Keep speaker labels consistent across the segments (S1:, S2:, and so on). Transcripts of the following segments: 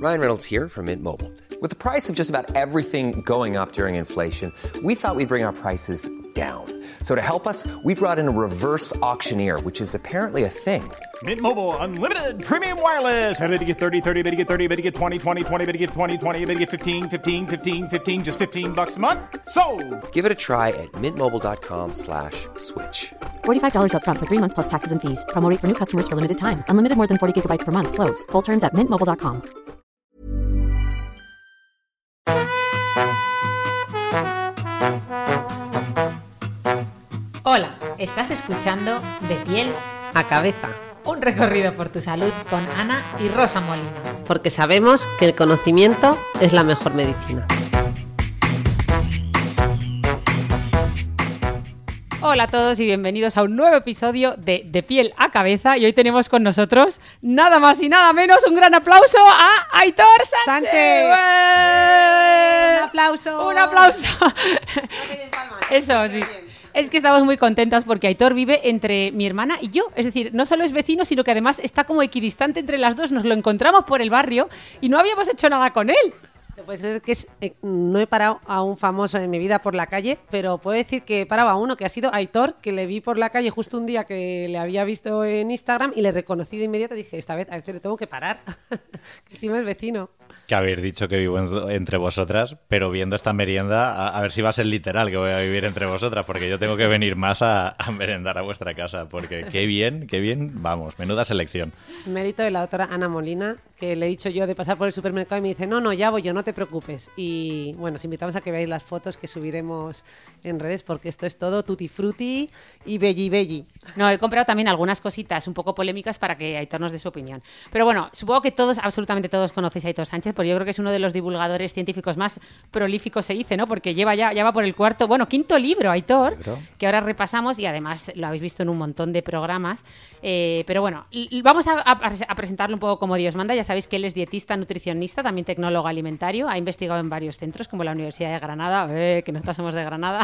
S1: Ryan Reynolds here from Mint Mobile. With the price of just about everything going up during inflation, we thought we'd bring our prices down. So to help us, we brought in a reverse auctioneer, which is apparently a thing.
S2: Mint Mobile Unlimited Premium Wireless. How to get 30, 30, bit to get 30, bit to get 20, 20, 20, bit to get 20, 20, bit to get 15, 15, 15, 15, just $15 a month? Sold!
S1: Give it a try at mintmobile.com/switch.
S3: $45 up front for 3 months plus taxes and fees. Promo rate for new customers for limited time. Unlimited more than 40 gigabytes per month. Slows full terms at mintmobile.com.
S4: Hola, estás escuchando De Piel
S5: a Cabeza.
S4: Un recorrido por tu salud con Ana y Rosa Molina.
S5: Porque sabemos que el conocimiento es la mejor medicina.
S4: Hola a todos y bienvenidos a un nuevo episodio de Piel a Cabeza. Y hoy tenemos con nosotros nada más y nada menos un gran aplauso a Aitor Sánchez.
S5: ¡Un aplauso!
S4: ¡Un aplauso! Eso sí. Es que estamos muy contentas porque Aitor vive entre mi hermana y yo. Es decir, no solo es vecino, sino que además está como equidistante entre las dos. Nos lo encontramos por el barrio y no habíamos hecho nada con él.
S5: Pues es que no he parado a un famoso en mi vida por la calle, pero puedo decir que he parado a uno que ha sido Aitor, que le vi por la calle justo un día que le había visto en Instagram y le reconocí de inmediato. Dije, esta vez a este le tengo que parar, que encima es vecino.
S6: Que habéis dicho que vivo entre vosotras, pero viendo esta merienda, a ver si va a ser literal que voy a vivir entre vosotras, porque yo tengo que venir más a merendar a vuestra casa, porque qué bien, vamos, menuda selección.
S5: Mérito de la doctora Ana Molina, que le he dicho yo de pasar por el supermercado y me dice, no, ya voy yo, no te preocupes. Y bueno, os invitamos a que veáis las fotos que subiremos en redes, porque esto es todo tutti frutti y belli.
S4: No, he comprado también algunas cositas un poco polémicas para que Aitor nos dé su opinión. Pero bueno, supongo que todos, absolutamente todos conocéis a Aitor Sánchez, porque yo creo que es uno de los divulgadores científicos más prolíficos, se dice, ¿no? Porque ya va por el quinto libro, Aitor, que ahora repasamos y además lo habéis visto en un montón de programas. Pero bueno, vamos a presentarlo un poco como Dios manda. Ya sabéis que él es dietista, nutricionista, también tecnólogo alimentario, ha investigado en varios centros como la Universidad de Granada, que nosotros somos de Granada,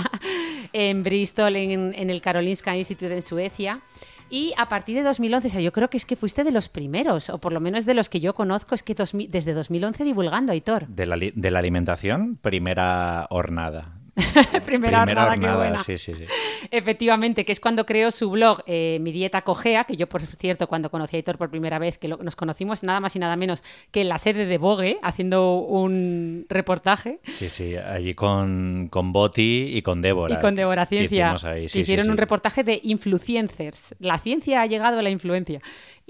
S4: en Bristol, en el Karolinska Institute en Suecia. Y a partir de 2011, o sea, yo creo que es que fuiste de los primeros, o por lo menos de los que yo conozco, es que desde 2011 divulgando, Aitor.
S6: De la alimentación, primera hornada.
S4: Primera hornada, qué buena.
S6: Sí.
S4: Efectivamente, que es cuando creó su blog Mi Dieta Cogea, que yo, por cierto, cuando conocí a Aitor por primera vez, que nos conocimos nada más y nada menos que en la sede de Vogue, haciendo un reportaje.
S6: Sí, allí con Boti y con Débora.
S4: Y con Débora Ciencia,
S6: que
S4: hicieron un reportaje de influencers. La ciencia ha llegado a la influencia.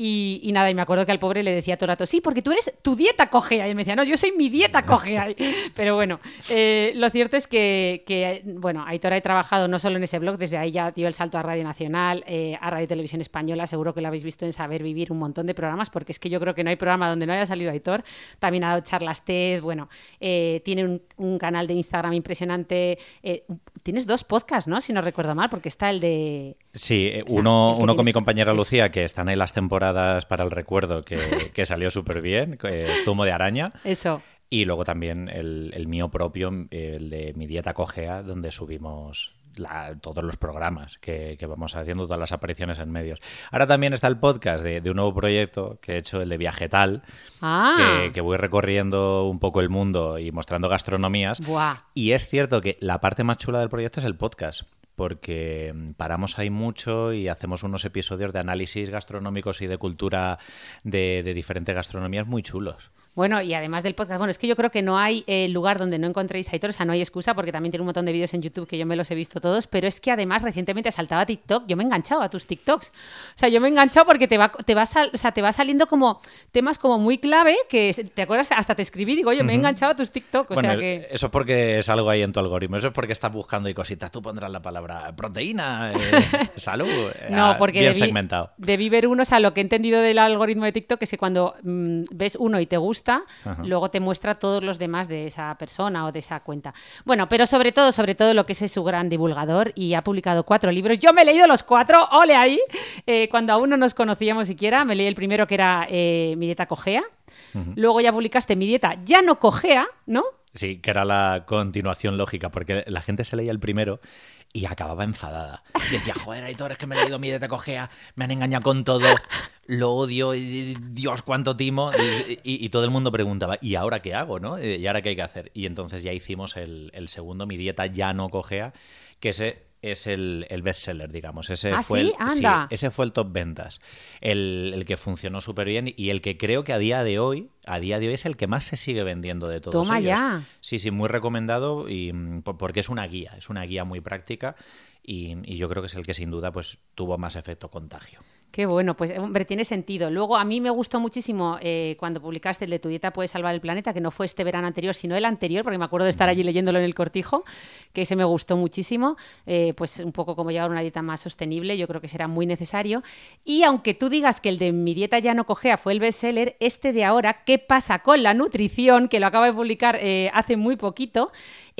S4: Y nada, y me acuerdo que al pobre le decía todo el rato, sí, porque tú eres tu dieta cogea. Y él me decía, no, yo soy mi dieta cogea. Pero bueno, lo cierto es que Aitor ha trabajado no solo en ese blog, desde ahí ya dio el salto a Radio Nacional, a Radio Televisión Española, seguro que lo habéis visto en Saber Vivir, un montón de programas, porque es que yo creo que no hay programa donde no haya salido Aitor. También ha dado charlas TED, tiene un canal de Instagram impresionante. Tienes 2 podcasts, ¿no? Si no recuerdo mal, porque está el de...
S6: Sí, uno con mi compañera Lucía, que están ahí las temporadas para el recuerdo, que salió súper bien, Zumo de Araña.
S4: Eso.
S6: Y luego también el mío propio, el de Mi Dieta Cogea, donde subimos todos los programas que vamos haciendo, todas las apariciones en medios. Ahora también está el podcast de un nuevo proyecto que he hecho, el de Viajetal, que voy recorriendo un poco el mundo y mostrando gastronomías.
S4: Buah.
S6: Y es cierto que la parte más chula del proyecto es el podcast, porque paramos ahí mucho y hacemos unos episodios de análisis gastronómicos y de cultura de diferentes gastronomías muy chulos.
S4: Bueno, y además del podcast, es que yo creo que no hay lugar donde no encontréis a Aitor, o sea, no hay excusa, porque también tiene un montón de vídeos en YouTube que yo me los he visto todos, pero es que además recientemente saltaba a TikTok, yo me he enganchado a tus TikToks. O sea, yo me he enganchado porque te va saliendo como temas como muy clave, que te acuerdas, hasta te escribí, digo, oye, me he enganchado a tus TikToks.
S6: Bueno,
S4: o sea que...
S6: eso es porque es algo ahí en tu algoritmo, eso es porque estás buscando y cositas, tú pondrás la palabra proteína, salud,
S4: no, porque
S6: bien segmentado.
S4: Debí ver uno, o sea, lo que he entendido del algoritmo de TikTok es que cuando ves uno y te gusta, luego te muestra todos los demás de esa persona o de esa cuenta. Bueno, pero sobre todo lo que es su gran divulgador, y ha publicado 4 libros. Yo me he leído los 4, ole ahí. Cuando aún no nos conocíamos siquiera, me leí el primero, que era Mi Dieta Cogea. Luego ya publicaste Mi Dieta Ya No Cogea, ¿no?
S6: Sí, que era la continuación lógica, porque la gente se leía el primero y acababa enfadada. Y decía, joder, Aitor, es que me he leído mi dieta cojea, me han engañado con todo, lo odio, y Dios, cuánto timo. Y todo el mundo preguntaba, ¿y ahora qué hago, no? ¿Y ahora qué hay que hacer? Y entonces ya hicimos el segundo, Mi dieta ya no cojea, que ese es el bestseller, digamos. Ese fue
S4: ¿sí? Anda.
S6: Sí, ese fue el top ventas. El que funcionó súper bien y el que creo que a día de hoy es el que más se sigue vendiendo de todos
S4: Toma
S6: ellos.
S4: ya.
S6: Sí, muy recomendado y porque es una guía muy práctica y yo creo que es el que sin duda pues tuvo más efecto contagio.
S4: Qué bueno, pues hombre, tiene sentido. Luego a mí me gustó muchísimo cuando publicaste el de Tu dieta puede salvar el planeta, que no fue este verano anterior, sino el anterior, porque me acuerdo de estar allí leyéndolo en el Cortijo, que ese me gustó muchísimo, pues un poco como llevar una dieta más sostenible, yo creo que será muy necesario. Y aunque tú digas que el de Mi dieta ya no cojea fue el bestseller, este de ahora, ¿qué pasa con la nutrición?, que lo acabo de publicar hace muy poquito,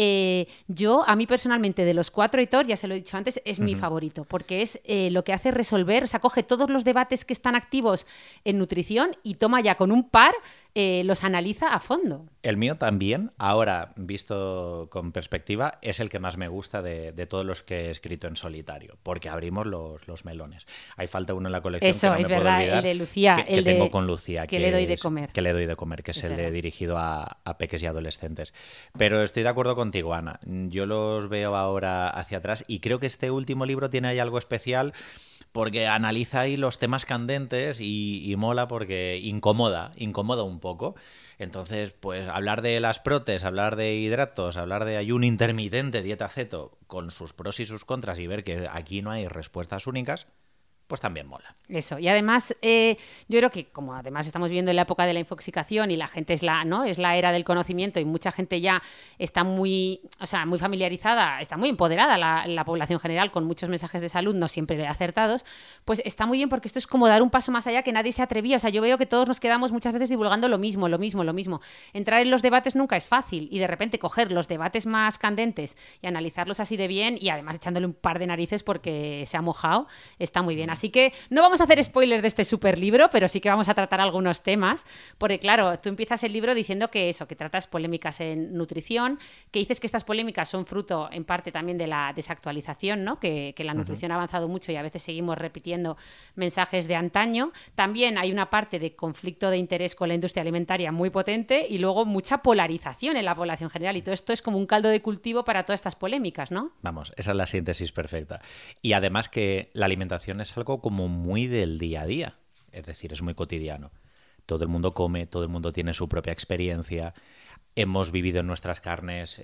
S4: a mí personalmente de los 4, Aitor, ya se lo he dicho antes, es mi favorito, porque es lo que hace resolver, o sea, coge todos los debates que están activos en nutrición y toma ya con un par, los analiza a fondo.
S6: El mío también, ahora visto con perspectiva, es el que más me gusta de todos los que he escrito en solitario, porque abrimos los melones. Hay falta uno en la colección
S4: eso,
S6: que no
S4: es
S6: me
S4: verdad,
S6: puedo olvidar,
S4: el de Lucía,
S6: que tengo con Lucía,
S4: que le doy de comer.
S6: Que le doy de comer, que es el de dirigido a peques y adolescentes. Pero estoy de acuerdo contigo, Ana. Yo los veo ahora hacia atrás y creo que este último libro tiene ahí algo especial porque analiza ahí los temas candentes y mola porque incomoda un poco. Entonces, pues hablar de las protes, hablar de hidratos, hablar de ayuno intermitente, dieta ceto, con sus pros y sus contras y ver que aquí no hay respuestas únicas, pues también mola.
S4: Eso, y además yo creo que como además estamos viviendo en la época de la infoxicación y la gente es la era del conocimiento y mucha gente ya está muy familiarizada, está muy empoderada la población general con muchos mensajes de salud, no siempre acertados, pues está muy bien porque esto es como dar un paso más allá que nadie se atrevía. O sea, yo veo que todos nos quedamos muchas veces divulgando lo mismo. Entrar en los debates nunca es fácil y de repente coger los debates más candentes y analizarlos así de bien y además echándole un par de narices porque se ha mojado, está muy bien. Así que no vamos a hacer spoilers de este super libro, pero sí que vamos a tratar algunos temas, porque claro, tú empiezas el libro diciendo que tratas polémicas en nutrición, que dices que estas polémicas son fruto en parte también de la desactualización, ¿no? Que la nutrición ha avanzado mucho y a veces seguimos repitiendo mensajes de antaño. También hay una parte de conflicto de interés con la industria alimentaria muy potente y luego mucha polarización en la población general y todo esto es como un caldo de cultivo para todas estas polémicas, ¿no?
S6: Vamos, esa es la síntesis perfecta. Y además que la alimentación es algo como muy del día a día, es decir, es muy cotidiano. Todo el mundo come, todo el mundo tiene su propia experiencia. Hemos vivido en nuestras carnes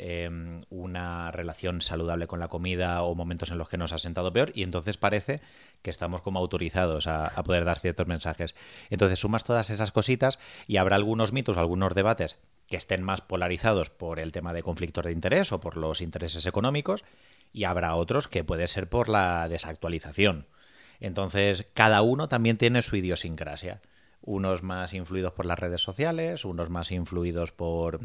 S6: una relación saludable con la comida o momentos en los que nos ha sentado peor y entonces parece que estamos como autorizados a poder dar ciertos mensajes. Entonces sumas todas esas cositas y habrá algunos mitos, algunos debates que estén más polarizados por el tema de conflictos de interés o por los intereses económicos y habrá otros que puede ser por la desactualización. Entonces, cada uno también tiene su idiosincrasia. Unos más influidos por las redes sociales, unos más influidos por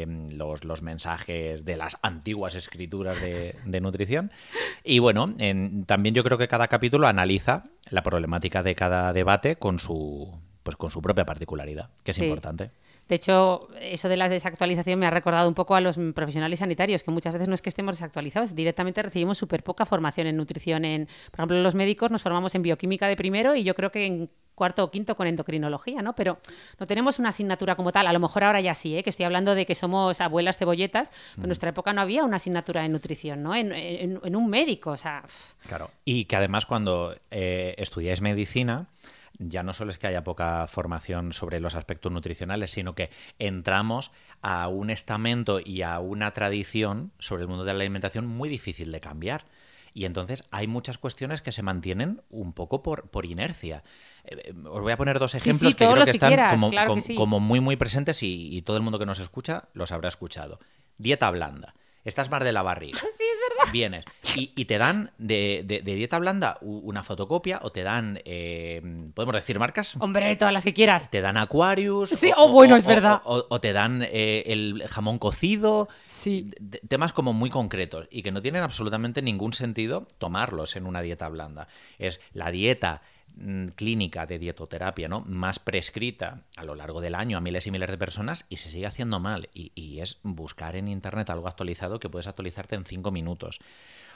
S6: los mensajes de las antiguas escrituras de nutrición. Y bueno, también yo creo que cada capítulo analiza la problemática de cada debate con su propia particularidad, que es importante.
S4: De hecho, eso de la desactualización me ha recordado un poco a los profesionales sanitarios, que muchas veces no es que estemos desactualizados, directamente recibimos súper poca formación en nutrición. Por ejemplo, los médicos nos formamos en bioquímica de primero y yo creo que en cuarto o quinto con endocrinología, ¿no? Pero no tenemos una asignatura como tal. A lo mejor ahora ya sí, que estoy hablando de que somos abuelas cebolletas, pero en nuestra época no había una asignatura de nutrición, ¿no? En un médico, o sea...
S6: Claro, y que además cuando estudiáis medicina... Ya no solo es que haya poca formación sobre los aspectos nutricionales, sino que entramos a un estamento y a una tradición sobre el mundo de la alimentación muy difícil de cambiar. Y entonces hay muchas cuestiones que se mantienen un poco por inercia. Os voy a poner dos ejemplos que creo que están como muy, muy presentes y todo el mundo que nos escucha los habrá escuchado. Dieta blanda. Estás mal de la barriga.
S4: Sí, es verdad.
S6: Vienes y te dan de dieta blanda una fotocopia o te dan, ¿podemos decir marcas?
S4: Hombre, todas las que quieras.
S6: Te dan Aquarius.
S4: Sí, bueno, es verdad.
S6: O te dan el jamón cocido.
S4: Sí.
S6: Temas como muy concretos y que no tienen absolutamente ningún sentido tomarlos en una dieta blanda. Es la dieta clínica de dietoterapia, ¿no? Más prescrita a lo largo del año a miles y miles de personas y se sigue haciendo mal y es buscar en internet algo actualizado que puedes actualizarte en 5 minutos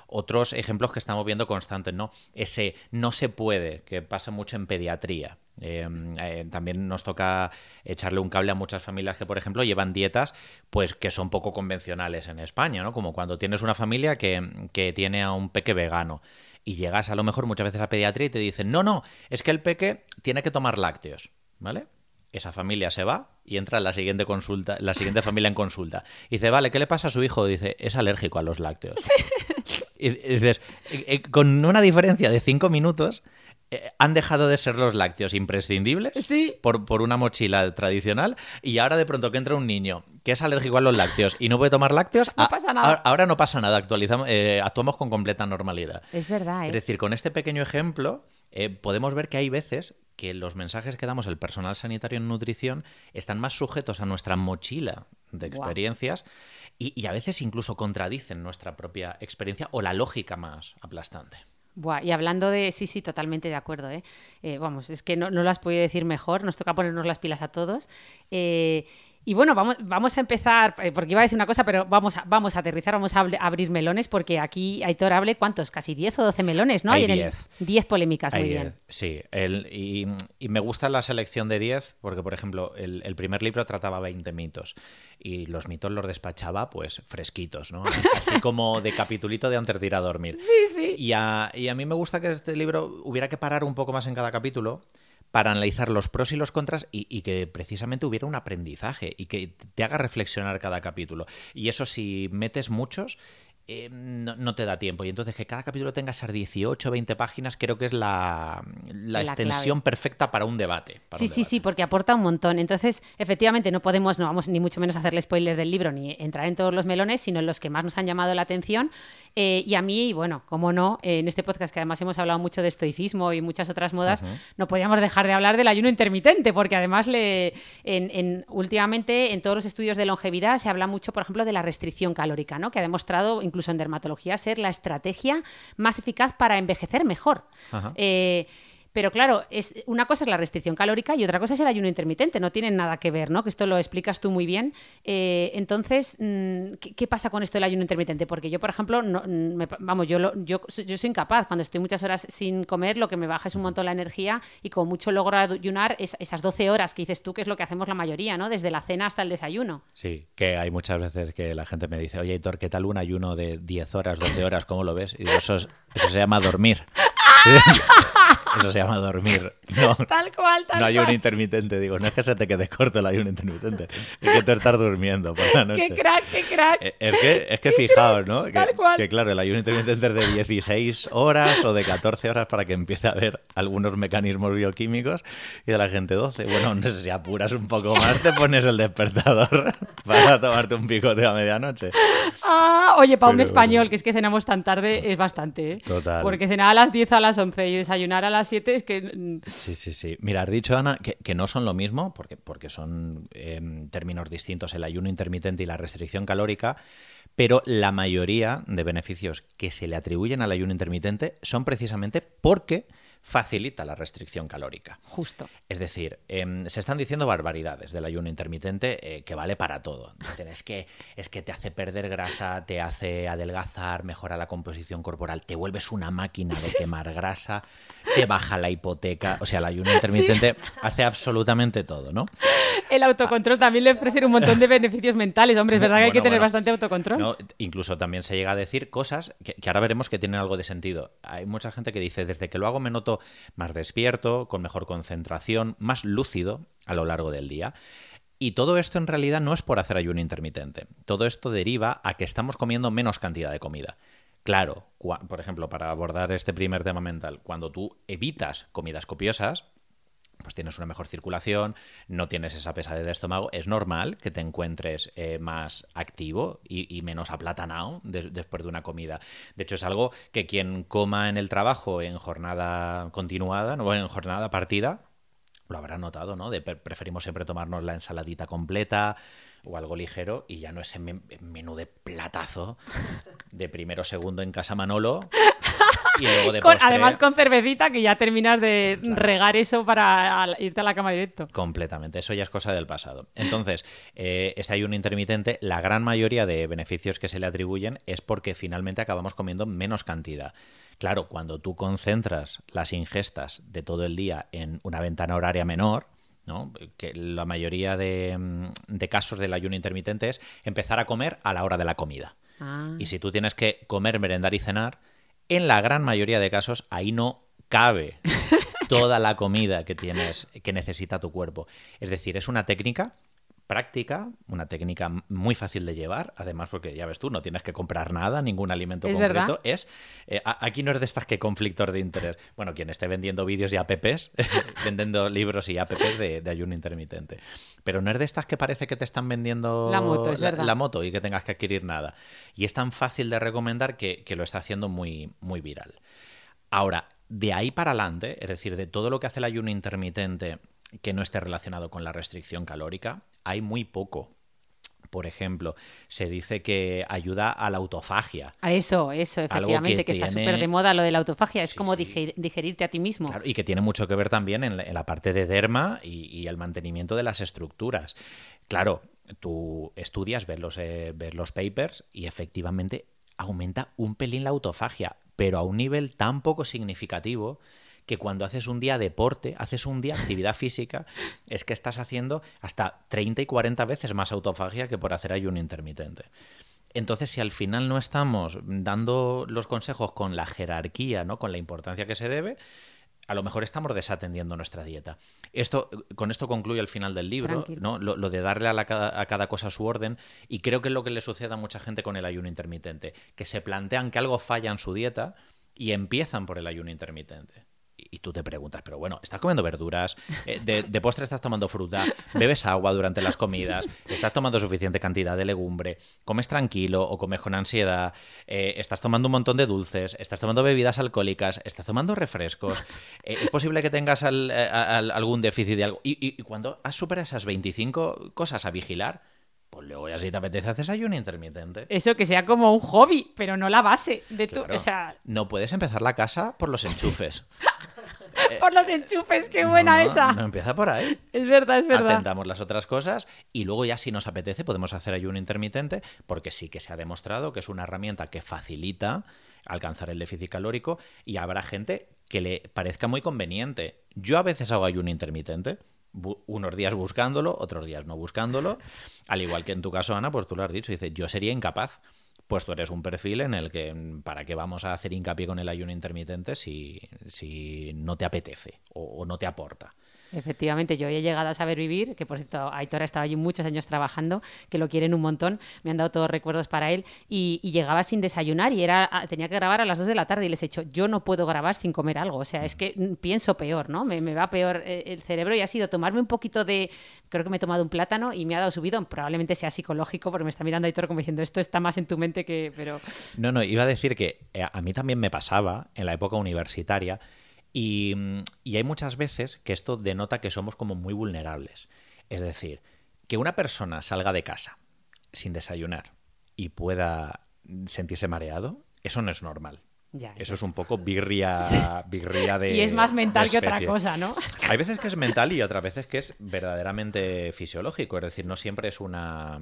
S6: Otros ejemplos que estamos viendo constantes, ¿no? Ese no se puede, que pasa mucho en pediatría. También nos toca echarle un cable a muchas familias que, por ejemplo, llevan dietas pues que son poco convencionales en España, ¿no? Como cuando tienes una familia que tiene a un peque vegano y llegas a lo mejor muchas veces a pediatría y te dicen, no, es que el peque tiene que tomar lácteos, ¿vale? Esa familia se va y entra en la siguiente consulta, la siguiente familia en consulta. Y dice, vale, ¿qué le pasa a su hijo? Dice, es alérgico a los lácteos. Sí. Y dices, con una diferencia de 5 minutos, han dejado de ser los lácteos imprescindibles
S4: sí.
S6: por una mochila tradicional y ahora de pronto que entra un niño que es alérgico a los lácteos y no puede tomar lácteos,
S4: no pasa nada.
S6: Ahora no pasa nada, actuamos con completa normalidad.
S4: Es verdad, ¿eh?
S6: Es decir, con este pequeño ejemplo podemos ver que hay veces que los mensajes que damos el personal sanitario en nutrición están más sujetos a nuestra mochila de experiencias y a veces incluso contradicen nuestra propia experiencia o la lógica más aplastante.
S4: Buah, y hablando de... Sí, totalmente de acuerdo, ¿eh? Vamos, es que no lo has podido decir mejor, nos toca ponernos las pilas a todos. Y bueno, vamos a empezar, porque iba a decir una cosa, pero vamos a aterrizar, vamos a abrir melones, porque aquí Aitor hable, ¿cuántos? Casi 10 o 12 melones, ¿no?
S6: Hay 10.
S4: 10 polémicas, muy
S6: 10,
S4: bien.
S6: Sí, y me gusta la selección de 10, porque, por ejemplo, el primer libro trataba 20 mitos, y los mitos los despachaba, pues, fresquitos, ¿no? Así como de capitulito de antes de ir a dormir.
S4: Sí.
S6: Y a mí me gusta que este libro hubiera que parar un poco más en cada capítulo, para analizar los pros y los contras y que precisamente hubiera un aprendizaje y que te haga reflexionar cada capítulo. Y eso, si metes muchos, no te da tiempo. Y entonces que cada capítulo tenga esas 18 o 20 páginas creo que es la extensión
S4: clave.
S6: Perfecta para un debate.
S4: Sí, porque aporta un montón. Entonces, efectivamente, no vamos ni mucho menos a hacerle spoilers del libro ni entrar en todos los melones, sino en los que más nos han llamado la atención. Y a mí, bueno, como no, en este podcast que además hemos hablado mucho de estoicismo y muchas otras modas, no podíamos dejar de hablar del ayuno intermitente, porque además últimamente en todos los estudios de longevidad se habla mucho, por ejemplo, de la restricción calórica, ¿no? Que ha demostrado incluso en dermatología ser la estrategia más eficaz para envejecer mejor. Pero claro, una cosa es la restricción calórica y otra cosa es el ayuno intermitente, no tienen nada que ver, ¿no? Que esto lo explicas tú muy bien. Entonces, ¿qué pasa con esto del ayuno intermitente? Porque yo, por ejemplo, yo soy incapaz. Cuando estoy muchas horas sin comer, lo que me baja es un montón la energía y como mucho logro ayunar esas 12 horas que dices tú, que es lo que hacemos la mayoría, ¿no? Desde la cena hasta el desayuno. Sí,
S6: que hay muchas veces que la gente me dice, oye, Aitor, ¿qué tal un ayuno de 10 horas, 12 horas? ¿Cómo lo ves? Y digo, eso se llama dormir. Eso se llama dormir. No,
S4: tal cual.
S6: No hay un intermitente. Digo, no es que se te quede corto el ayuno intermitente. Es que tú estás durmiendo por la noche.
S4: ¡Qué crack!
S6: Es que fijaos, ¿no?
S4: Tal cual.
S6: Que claro, el ayuno intermitente es de 16 horas o de 14 horas para que empiece a haber algunos mecanismos bioquímicos y de la gente 12. Bueno, no sé, si apuras un poco más te pones el despertador para tomarte un picote a medianoche.
S4: Oye, para un español, que es que cenamos tan tarde, es bastante, ¿eh?
S6: Total.
S4: Porque cenar a las 10 a las 11 y desayunar a las 7 es que...
S6: Sí. Mira, has dicho, Ana, que no son lo mismo, porque son términos distintos el ayuno intermitente y la restricción calórica, pero la mayoría de beneficios que se le atribuyen al ayuno intermitente son precisamente porque facilita la restricción calórica.
S4: Justo.
S6: Es decir, se están diciendo barbaridades del ayuno intermitente que vale para todo. Dicen, es que te hace perder grasa, te hace adelgazar, mejora la composición corporal, te vuelves una máquina de quemar grasa, te baja la hipoteca. O sea, el ayuno intermitente hace absolutamente todo, ¿no?
S4: El autocontrol también le ofrece un montón de beneficios mentales. Hombre, es verdad que hay que tener bastante autocontrol.
S6: No, incluso también se llega a decir cosas que ahora veremos que tienen algo de sentido. Hay mucha gente que dice, desde que lo hago me noto más despierto, con mejor concentración, más lúcido a lo largo del día. Y todo esto en realidad no es por hacer ayuno intermitente. Todo esto deriva a que estamos comiendo menos cantidad de comida. Claro, por ejemplo, para abordar este primer tema mental, cuando tú evitas comidas copiosas, pues tienes una mejor circulación, no tienes esa pesadez de estómago. Es normal que te encuentres más activo y menos aplatanado después de una comida. De hecho, es algo que quien coma en el trabajo en jornada continuada, no en jornada partida, lo habrá notado, ¿no? Preferimos siempre tomarnos la ensaladita completa o algo ligero y ya no ese menú de platazo de primero o segundo en casa Manolo Y luego de postre,
S4: además con cervecita, que ya terminas de regar eso para irte a la cama directo.
S6: Completamente, eso ya es cosa del pasado. Entonces, este ayuno intermitente, la gran mayoría de beneficios que se le atribuyen es porque finalmente acabamos comiendo menos cantidad. Claro, cuando tú concentras las ingestas de todo el día en una ventana horaria menor, ¿no? Que la mayoría de casos del ayuno intermitente es empezar a comer a la hora de la comida. Y si tú tienes que comer, merendar y cenar, en la gran mayoría de casos ahí no cabe toda la comida que necesita tu cuerpo. Es decir, es una técnica práctica, una técnica muy fácil de llevar, además porque ya ves tú, no tienes que comprar nada, ningún alimento concreto. Aquí no es de estas que conflictos de interés. Bueno, quien esté vendiendo vídeos y apps, vendiendo libros y apps de ayuno intermitente. Pero no es de estas que parece que te están vendiendo la moto y que tengas que adquirir nada. Y es tan fácil de recomendar que lo está haciendo muy, muy viral. Ahora, de ahí para adelante, es decir, de todo lo que hace el ayuno intermitente que no esté relacionado con la restricción calórica, hay muy poco. Por ejemplo, se dice que ayuda a la autofagia.
S4: Eso, efectivamente, que está súper de moda lo de la autofagia. Es como digerirte a ti mismo.
S6: Claro, y que tiene mucho que ver también en la parte de derma y el mantenimiento de las estructuras. Claro, tú estudias, ves los papers y efectivamente aumenta un pelín la autofagia, pero a un nivel tan poco significativo que cuando haces un día deporte, haces un día actividad física, es que estás haciendo hasta 30 y 40 veces más autofagia que por hacer ayuno intermitente. Entonces, si al final no estamos dando los consejos con la jerarquía, ¿no? Con la importancia que se debe, a lo mejor estamos desatendiendo nuestra dieta. Con esto concluye el final del libro, ¿no? Lo de darle a cada cosa su orden, y creo que es lo que le sucede a mucha gente con el ayuno intermitente, que se plantean que algo falla en su dieta y empiezan por el ayuno intermitente. Y tú te preguntas, pero bueno, ¿estás comiendo verduras? De postre estás tomando fruta, bebes agua durante las comidas, estás tomando suficiente cantidad de legumbre, comes tranquilo o comes con ansiedad, estás tomando un montón de dulces, estás tomando bebidas alcohólicas, estás tomando refrescos, es posible que tengas algún déficit de algo. Y cuando has superado esas 25 cosas a vigilar, pues luego ya si te apetece haces ayuno intermitente.
S4: Eso, que sea como un hobby, pero no la base de tu...
S6: Claro,
S4: o sea...
S6: No puedes empezar la casa por los enchufes.
S4: Por los enchufes, qué buena esa.
S6: No empieza por ahí.
S4: Es verdad.
S6: Atendamos las otras cosas y luego ya si nos apetece podemos hacer ayuno intermitente, porque sí que se ha demostrado que es una herramienta que facilita alcanzar el déficit calórico y habrá gente que le parezca muy conveniente. Yo a veces hago ayuno intermitente, unos días buscándolo, otros días no buscándolo, al igual que en tu caso, Ana, pues tú lo has dicho, dices, yo sería incapaz. Pues tú eres un perfil en el que ¿para qué vamos a hacer hincapié con el ayuno intermitente si no te apetece o no te aporta?
S4: Efectivamente, yo he llegado a saber vivir, que por cierto, Aitor ha estado allí muchos años trabajando, que lo quieren un montón, me han dado todos recuerdos para él, y llegaba sin desayunar y tenía que grabar a las 2 de la tarde y les he dicho, yo no puedo grabar sin comer algo, o sea, es que pienso peor, ¿no? Me va peor el cerebro, y ha sido tomarme un poquito creo que me he tomado un plátano y me ha dado subidón, probablemente sea psicológico porque me está mirando Aitor como diciendo, esto está más en tu mente que... pero
S6: No, iba a decir que a mí también me pasaba en la época universitaria. Y hay muchas veces que esto denota que somos como muy vulnerables. Es decir, que una persona salga de casa sin desayunar y pueda sentirse mareado, eso no es normal. Eso es un poco birria de...
S4: Y es más mental que otra cosa, ¿no?
S6: Hay veces que es mental y otras veces que es verdaderamente fisiológico. Es decir, no siempre es una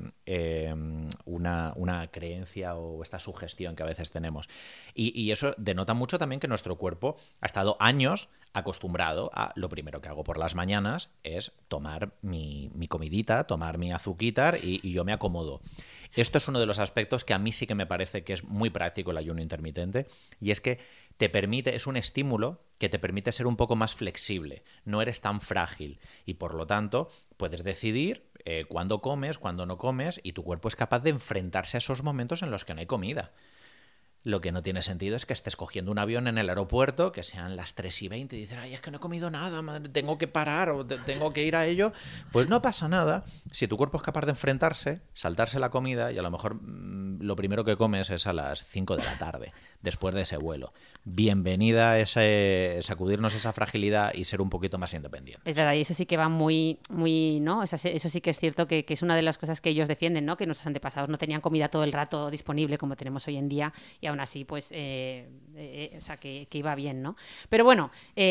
S6: creencia o esta sugestión que a veces tenemos. Y eso denota mucho también que nuestro cuerpo ha estado años acostumbrado a lo primero que hago por las mañanas es tomar mi comidita, tomar mi azuquitar y yo me acomodo. Esto es uno de los aspectos que a mí sí que me parece que es muy práctico el ayuno intermitente, y es que es un estímulo que te permite ser un poco más flexible, no eres tan frágil y por lo tanto puedes decidir cuándo comes, cuándo no comes, y tu cuerpo es capaz de enfrentarse a esos momentos en los que no hay comida. Lo que no tiene sentido es que estés cogiendo un avión en el aeropuerto, que sean las 3:20 y dices, ay, es que no he comido nada, madre, tengo que parar o tengo que ir a ello. Pues no pasa nada si tu cuerpo es capaz de enfrentarse, saltarse la comida y a lo mejor lo primero que comes es a las 5 de la tarde, después de ese vuelo. Bienvenida a sacudirnos esa fragilidad y ser un poquito más independiente.
S4: Es verdad, y eso sí que va muy, ¿no? Eso sí que es cierto que es una de las cosas que ellos defienden, ¿no? Que nuestros antepasados no tenían comida todo el rato disponible como tenemos hoy en día y aún así, pues, o sea, que iba bien, ¿no? Pero bueno,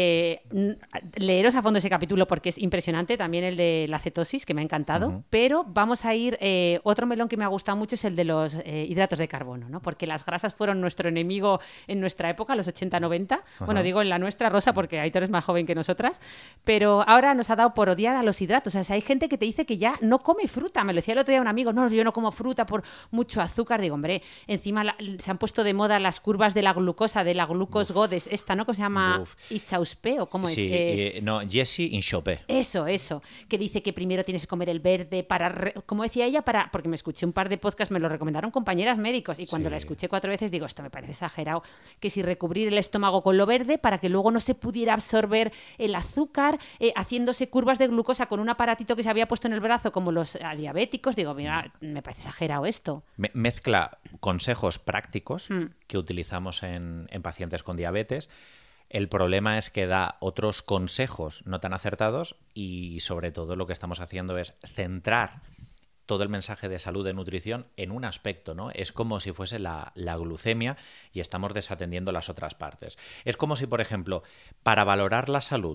S4: leeros a fondo ese capítulo porque es impresionante, también el de la cetosis, que me ha encantado, pero vamos a ir, otro melón que me ha gustado mucho es el de los hidratos de carbono, ¿no? Porque las grasas fueron nuestro enemigo en nuestra época, los 80-90, bueno, digo en la nuestra, Rosa, porque Aitor es más joven que nosotras, pero ahora nos ha dado por odiar a los hidratos. O sea, hay gente que te dice que ya no come fruta. Me lo decía el otro día un amigo, no, yo no como fruta por mucho azúcar. Digo, hombre, encima se han puesto de moda las curvas de la glucosa, de la glucos godes, esta, ¿no? ¿Cómo se llama? Itzauspe, ¿o cómo es?
S6: Sí, no, Jessie Inchopé.
S4: Eso, que dice que primero tienes que comer el verde para, como decía ella, porque me escuché un par de podcasts, me lo recomendaron compañeras médicos, y cuando la escuché 4 veces digo, esto me parece exagerado, que si recubrir el estómago con lo verde para que luego no se pudiera absorber el azúcar, haciéndose curvas de glucosa con un aparatito que se había puesto en el brazo como los diabéticos. Digo, mira, me parece exagerado esto.
S6: Mezcla consejos prácticos que utilizamos en pacientes con diabetes. El problema es que da otros consejos no tan acertados y sobre todo lo que estamos haciendo es centrar todo el mensaje de salud de nutrición en un aspecto, ¿no? Es como si fuese la glucemia y estamos desatendiendo las otras partes. Es como si, por ejemplo, para valorar la salud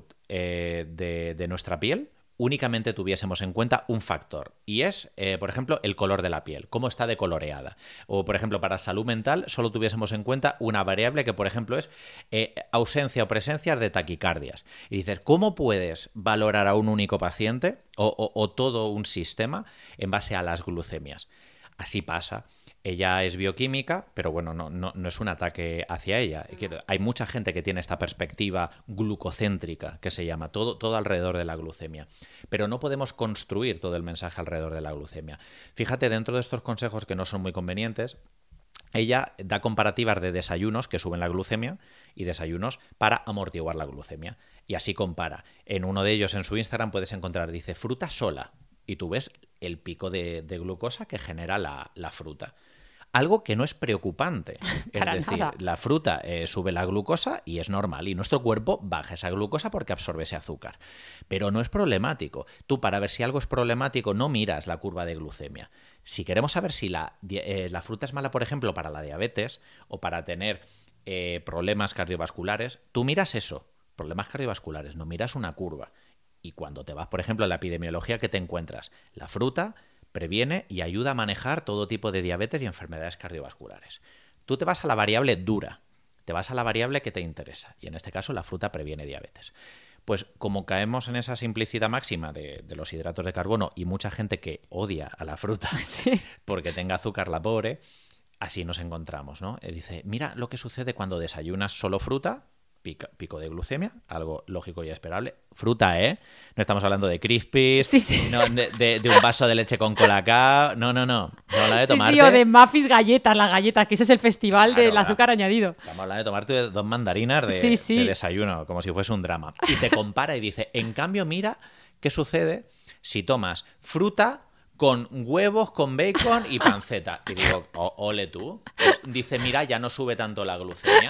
S6: de nuestra piel, únicamente tuviésemos en cuenta un factor, y es, por ejemplo, el color de la piel, cómo está decoloreada. O, por ejemplo, para salud mental solo tuviésemos en cuenta una variable que, por ejemplo, es ausencia o presencia de taquicardias. Y dices, ¿cómo puedes valorar a un único paciente o todo un sistema en base a las glucemias? Así pasa. Ella es bioquímica, pero bueno, no es un ataque hacia ella. Hay mucha gente que tiene esta perspectiva glucocéntrica, que se llama, todo alrededor de la glucemia. Pero no podemos construir todo el mensaje alrededor de la glucemia. Fíjate, dentro de estos consejos que no son muy convenientes, ella da comparativas de desayunos que suben la glucemia y desayunos para amortiguar la glucemia. Y así compara. En uno de ellos, en su Instagram, puedes encontrar, dice, fruta sola. Y tú ves el pico de glucosa que genera la fruta. Algo que no es preocupante. Es decir,
S4: nada.
S6: La fruta sube la glucosa y es normal. Y nuestro cuerpo baja esa glucosa porque absorbe ese azúcar. Pero no es problemático. Tú, para ver si algo es problemático, no miras la curva de glucemia. Si queremos saber si la fruta es mala, por ejemplo, para la diabetes o para tener problemas cardiovasculares, tú miras eso. Problemas cardiovasculares, no miras una curva. Y cuando te vas, por ejemplo, a la epidemiología, ¿qué te encuentras? La fruta previene y ayuda a manejar todo tipo de diabetes y enfermedades cardiovasculares. Tú te vas a la variable dura, te vas a la variable que te interesa, y en este caso la fruta previene diabetes. Pues como caemos en esa simplicidad máxima de los hidratos de carbono y mucha gente que odia a la fruta porque tenga azúcar la pobre, así nos encontramos, ¿no? Dice, mira lo que sucede cuando desayunas solo fruta, pico de glucemia, algo lógico y esperable. Fruta, ¿eh? No estamos hablando de Crispies, no, de un vaso de leche con colacao. No. No habla de tomarte...
S4: Sí, o de Muffins galletas, las galletas, que eso es el festival del azúcar añadido.
S6: Estamos hablando de tomarte 2 mandarinas de desayuno, como si fuese un drama. Y te compara y dice, en cambio, mira qué sucede si tomas fruta con huevos, con bacon y panceta. Y digo, ole tú. Dice, mira, ya no sube tanto la glucemia.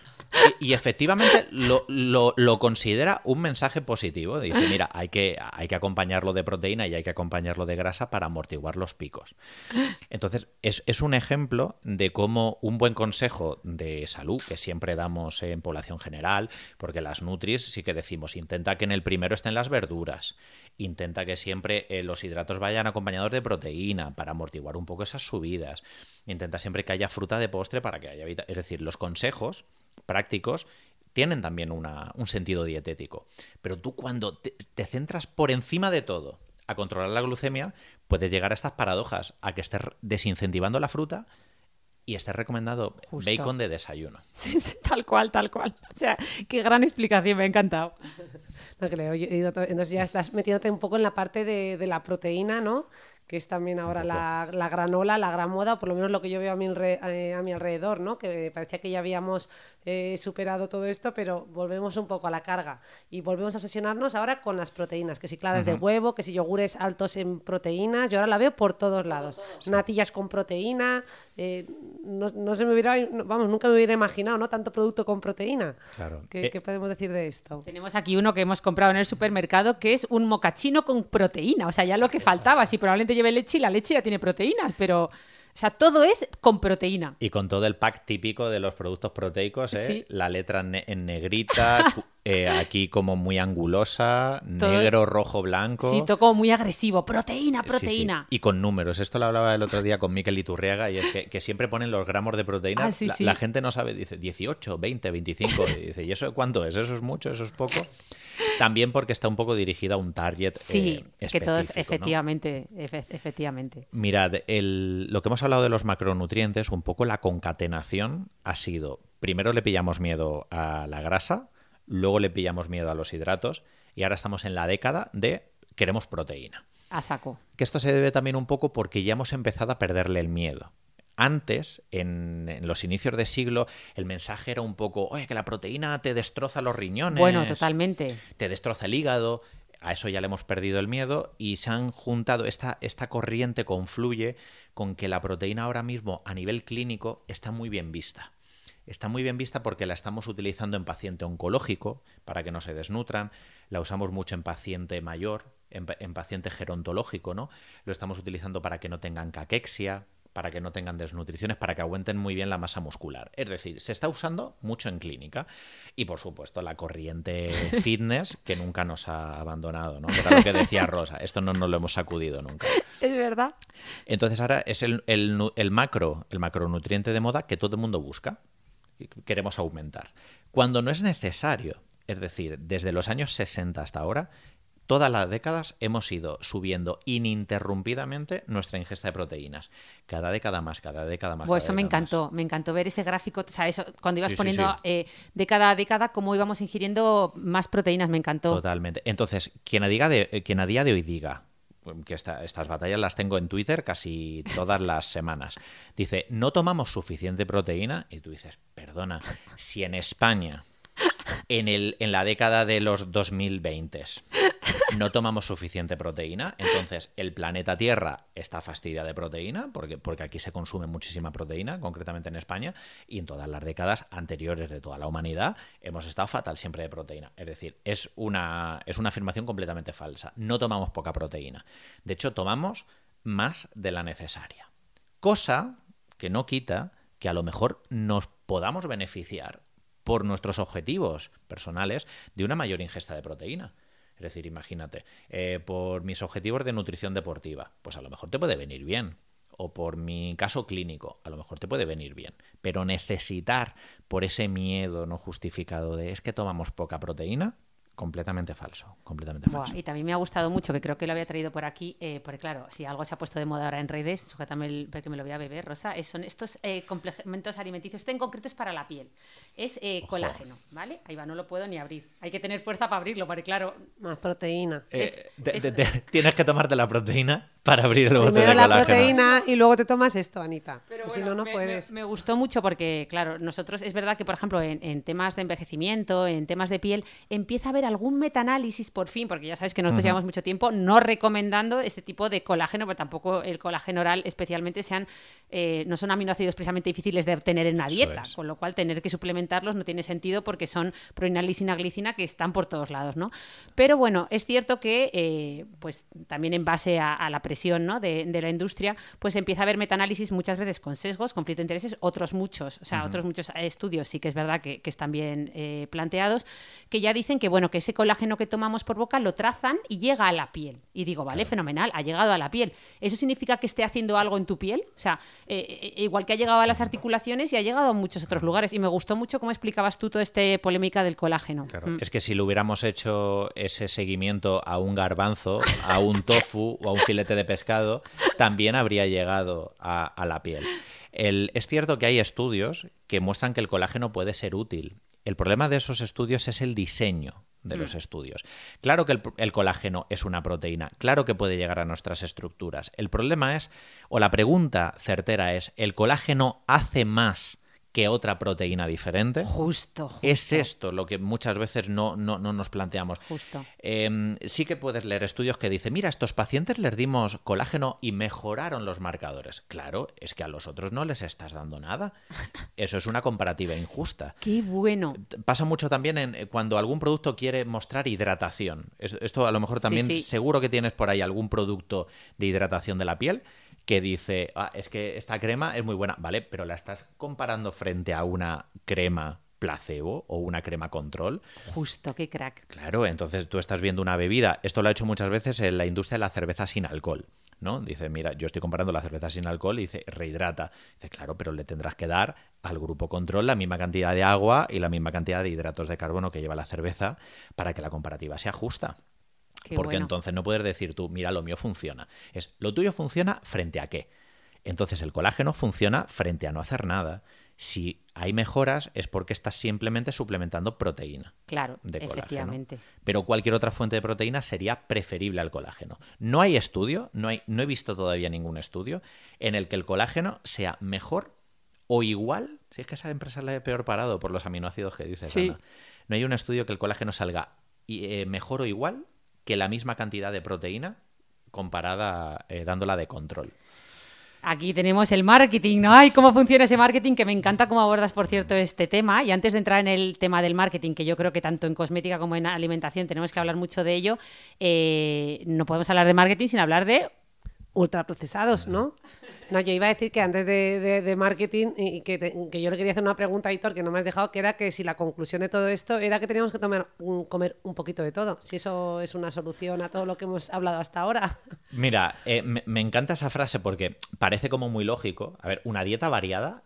S6: Y efectivamente lo considera un mensaje positivo. Dice, mira, hay que acompañarlo de proteína y hay que acompañarlo de grasa para amortiguar los picos. Entonces, es un ejemplo de cómo un buen consejo de salud, que siempre damos en población general, porque las nutris sí que decimos, intenta que en el primero estén las verduras, intenta que siempre los hidratos vayan acompañados de proteína para amortiguar un poco esas subidas, intenta siempre que haya fruta de postre para que haya... Es decir, los consejos prácticos tienen también un sentido dietético. Pero tú, cuando te centras por encima de todo a controlar la glucemia, puedes llegar a estas paradojas, a que estés desincentivando la fruta y estés recomendando bacon de desayuno.
S4: Sí, tal cual. O sea, qué gran explicación, me ha encantado.
S5: No creo. Entonces ya estás metiéndote un poco en la parte de la proteína, ¿no? que es también ahora la gran ola, la gran moda, por lo menos lo que yo veo a mi alrededor, ¿no? Que parecía que ya habíamos superado todo esto, pero volvemos un poco a la carga y volvemos a obsesionarnos ahora con las proteínas, que si claras de huevo, que si yogures altos en proteínas, yo ahora la veo por todos lados, natillas con proteína, no se me hubiera, vamos, nunca me hubiera imaginado, ¿no? Tanto producto con proteína.
S6: Claro.
S5: ¿Qué podemos decir de esto?
S4: Tenemos aquí uno que hemos comprado en el supermercado que es un mocachino con proteína, o sea, ya lo que faltaba, si probablemente lleve leche y la leche ya tiene proteínas, pero... O sea, todo es con proteína.
S6: Y con todo el pack típico de los productos proteicos,
S4: Sí.
S6: La letra en negrita, aquí como muy angulosa,
S4: Todo...
S6: negro, rojo, blanco.
S4: Sí, todo como muy agresivo. Proteína,
S6: Sí,
S4: proteína.
S6: sí. Y con números. Esto lo hablaba el otro día con Mikel Iturriaga y es que siempre ponen los gramos de proteína.
S4: Sí, sí.
S6: La gente no sabe, dice 18, 20, 25. Y dice, ¿y eso cuánto es? ¿Eso es mucho? ¿Eso es poco? También porque está un poco dirigida a un target específico,
S4: que todos,
S6: ¿no?
S4: efectivamente.
S6: Mirad, lo que hemos hablado de los macronutrientes, un poco la concatenación ha sido, primero le pillamos miedo a la grasa, luego le pillamos miedo a los hidratos y ahora estamos en la década de queremos proteína.
S4: A saco.
S6: Que esto se debe también un poco porque ya hemos empezado a perderle el miedo. Antes, en los inicios de siglo, el mensaje era un poco, oye, que la proteína te destroza los riñones.
S4: Bueno, totalmente.
S6: Te destroza el hígado. A eso ya le hemos perdido el miedo y se han juntado, esta corriente confluye con que la proteína ahora mismo a nivel clínico está muy bien vista. Está muy bien vista porque la estamos utilizando en paciente oncológico para que no se desnutran, la usamos mucho en paciente mayor, en paciente gerontológico, ¿no? Lo estamos utilizando para que no tengan caquexia, para que no tengan desnutriciones, para que aguanten muy bien la masa muscular. Es decir, se está usando mucho en clínica. Y, por supuesto, la corriente fitness que nunca nos ha abandonado, ¿no? Que era lo que decía Rosa. Esto no nos lo hemos sacudido nunca.
S4: Es verdad.
S6: Entonces, ahora es el macronutriente de moda que todo el mundo busca. Queremos aumentar. Cuando no es necesario, es decir, desde los años 60 hasta ahora, todas las décadas hemos ido subiendo ininterrumpidamente nuestra ingesta de proteínas. Cada década más, cada década más.
S4: Bueno,
S6: cada
S4: eso me
S6: década
S4: encantó,
S6: más.
S4: me encantó ver ese gráfico, o sea, eso, cuando ibas
S6: Sí,
S4: poniendo
S6: sí.
S4: década a década cómo íbamos ingiriendo más proteínas, me encantó.
S6: Totalmente. Entonces, quien a día de hoy diga, que estas batallas las tengo en Twitter casi todas las semanas, dice, no tomamos suficiente proteína, y tú dices, perdona, si en España, en la década de los 2020 no tomamos suficiente proteína, entonces el planeta Tierra está fastidiado de proteína, porque aquí se consume muchísima proteína, concretamente en España, y en todas las décadas anteriores de toda la humanidad hemos estado fatal siempre de proteína. Es decir, es una afirmación completamente falsa. No tomamos poca proteína. De hecho, tomamos más de la necesaria. Cosa que no quita que a lo mejor nos podamos beneficiar por nuestros objetivos personales de una mayor ingesta de proteína. Es decir, imagínate, por mis objetivos de nutrición deportiva, pues a lo mejor te puede venir bien. O por mi caso clínico, a lo mejor te puede venir bien. Pero necesitar por ese miedo no justificado de es que tomamos poca proteína, completamente falso, completamente falso.
S4: Y también me ha gustado mucho, que creo que lo había traído por aquí, porque claro, si algo se ha puesto de moda ahora en redes, sujétame porque me lo voy a beber, Rosa, son estos complementos alimenticios, este en concreto es para la piel, es colágeno, ¿vale? Ahí va, no lo puedo ni abrir, hay que tener fuerza para abrirlo, porque claro...
S5: Más proteína.
S6: Tienes que tomarte la proteína para abrir el bote
S5: Primero
S6: de
S5: la
S6: colágeno.
S5: proteína y luego te tomas esto, Anita.
S4: Pero
S5: Si
S4: bueno,
S5: no, no puedes.
S4: Me gustó mucho porque, claro, nosotros es verdad que, por ejemplo, en temas de envejecimiento, en temas de piel, empieza a haber algún metaanálisis por fin, porque ya sabes que nosotros llevamos mucho tiempo no recomendando este tipo de colágeno, pero tampoco el colágeno oral especialmente no son aminoácidos precisamente difíciles de obtener en una dieta,
S6: es.
S4: con lo cual tener que suplementarlos no tiene sentido porque son proinal, lisina, glicina que están por todos lados, ¿no? Pero bueno, es cierto que pues también en base a la presión, ¿no? de la industria, pues empieza a haber metaanálisis muchas veces con sesgos, conflicto de intereses, otros muchos estudios sí que es verdad que están bien planteados, que ya dicen que bueno, que ese colágeno que tomamos por boca lo trazan y llega a la piel. Y digo, vale, fenomenal, ha llegado a la piel. ¿Eso significa que esté haciendo algo en tu piel? O sea, igual que ha llegado a las articulaciones y ha llegado a muchos otros lugares. Y me gustó mucho cómo explicabas tú toda esta polémica del colágeno.
S6: Claro. Es que si le hubiéramos hecho ese seguimiento a un garbanzo, a un tofu o a un filete de pescado, también habría llegado a la piel. Es cierto que hay estudios que muestran que el colágeno puede ser útil. El problema de esos estudios es el diseño de los estudios. Claro que el colágeno es una proteína, claro que puede llegar a nuestras estructuras. El problema es, o la pregunta certera es, ¿el colágeno hace más que otra proteína diferente?
S4: Justo.
S6: Es esto lo que muchas veces no nos planteamos.
S4: Justo.
S6: Sí que puedes leer estudios que dicen, mira, a estos pacientes les dimos colágeno y mejoraron los marcadores. Claro, es que a los otros no les estás dando nada. Eso es una comparativa injusta.
S4: ¡Qué bueno!
S6: Pasa mucho también cuando algún producto quiere mostrar hidratación. Esto a lo mejor también,
S4: Sí.
S6: seguro que tienes por ahí algún producto de hidratación de la piel que dice, es que esta crema es muy buena, vale, pero la estás comparando frente a una crema placebo o una crema control.
S4: Justo, qué crack.
S6: Claro, entonces tú estás viendo una bebida, esto lo ha hecho muchas veces en la industria de la cerveza sin alcohol, ¿no? Dice, mira, yo estoy comparando la cerveza sin alcohol y dice, rehidrata. Dice, claro, pero le tendrás que dar al grupo control la misma cantidad de agua y la misma cantidad de hidratos de carbono que lleva la cerveza para que la comparativa sea justa. Porque entonces no puedes decir tú, mira, lo mío funciona. Es, lo tuyo funciona frente a qué. Entonces el colágeno funciona frente a no hacer nada. Si hay mejoras es porque estás simplemente suplementando proteína.
S4: Claro,
S6: de colágeno.
S4: efectivamente.
S6: Pero cualquier otra fuente de proteína sería preferible al colágeno. No hay estudio, no he visto todavía ningún estudio en el que el colágeno sea mejor o igual. Si es que a esa empresa la he peor parado por los aminoácidos que dices,
S4: Sí.
S6: Ana. No hay un estudio que el colágeno salga mejor o igual que la misma cantidad de proteína comparada dándola de control.
S4: Aquí tenemos el marketing, ¿no? ¡Ay, cómo funciona ese marketing! Que me encanta cómo abordas, por cierto, este tema. Y antes de entrar en el tema del marketing, que yo creo que tanto en cosmética como en alimentación tenemos que hablar mucho de ello, no podemos hablar de marketing sin hablar de...
S5: Ultraprocesados, ¿no? No, yo iba a decir que antes de marketing y que yo le quería hacer una pregunta a Aitor que no me has dejado, que era que si la conclusión de todo esto era que teníamos que comer un poquito de todo, si eso es una solución a todo lo que hemos hablado hasta ahora.
S6: Mira, me encanta esa frase porque parece como muy lógico. A ver, una dieta variada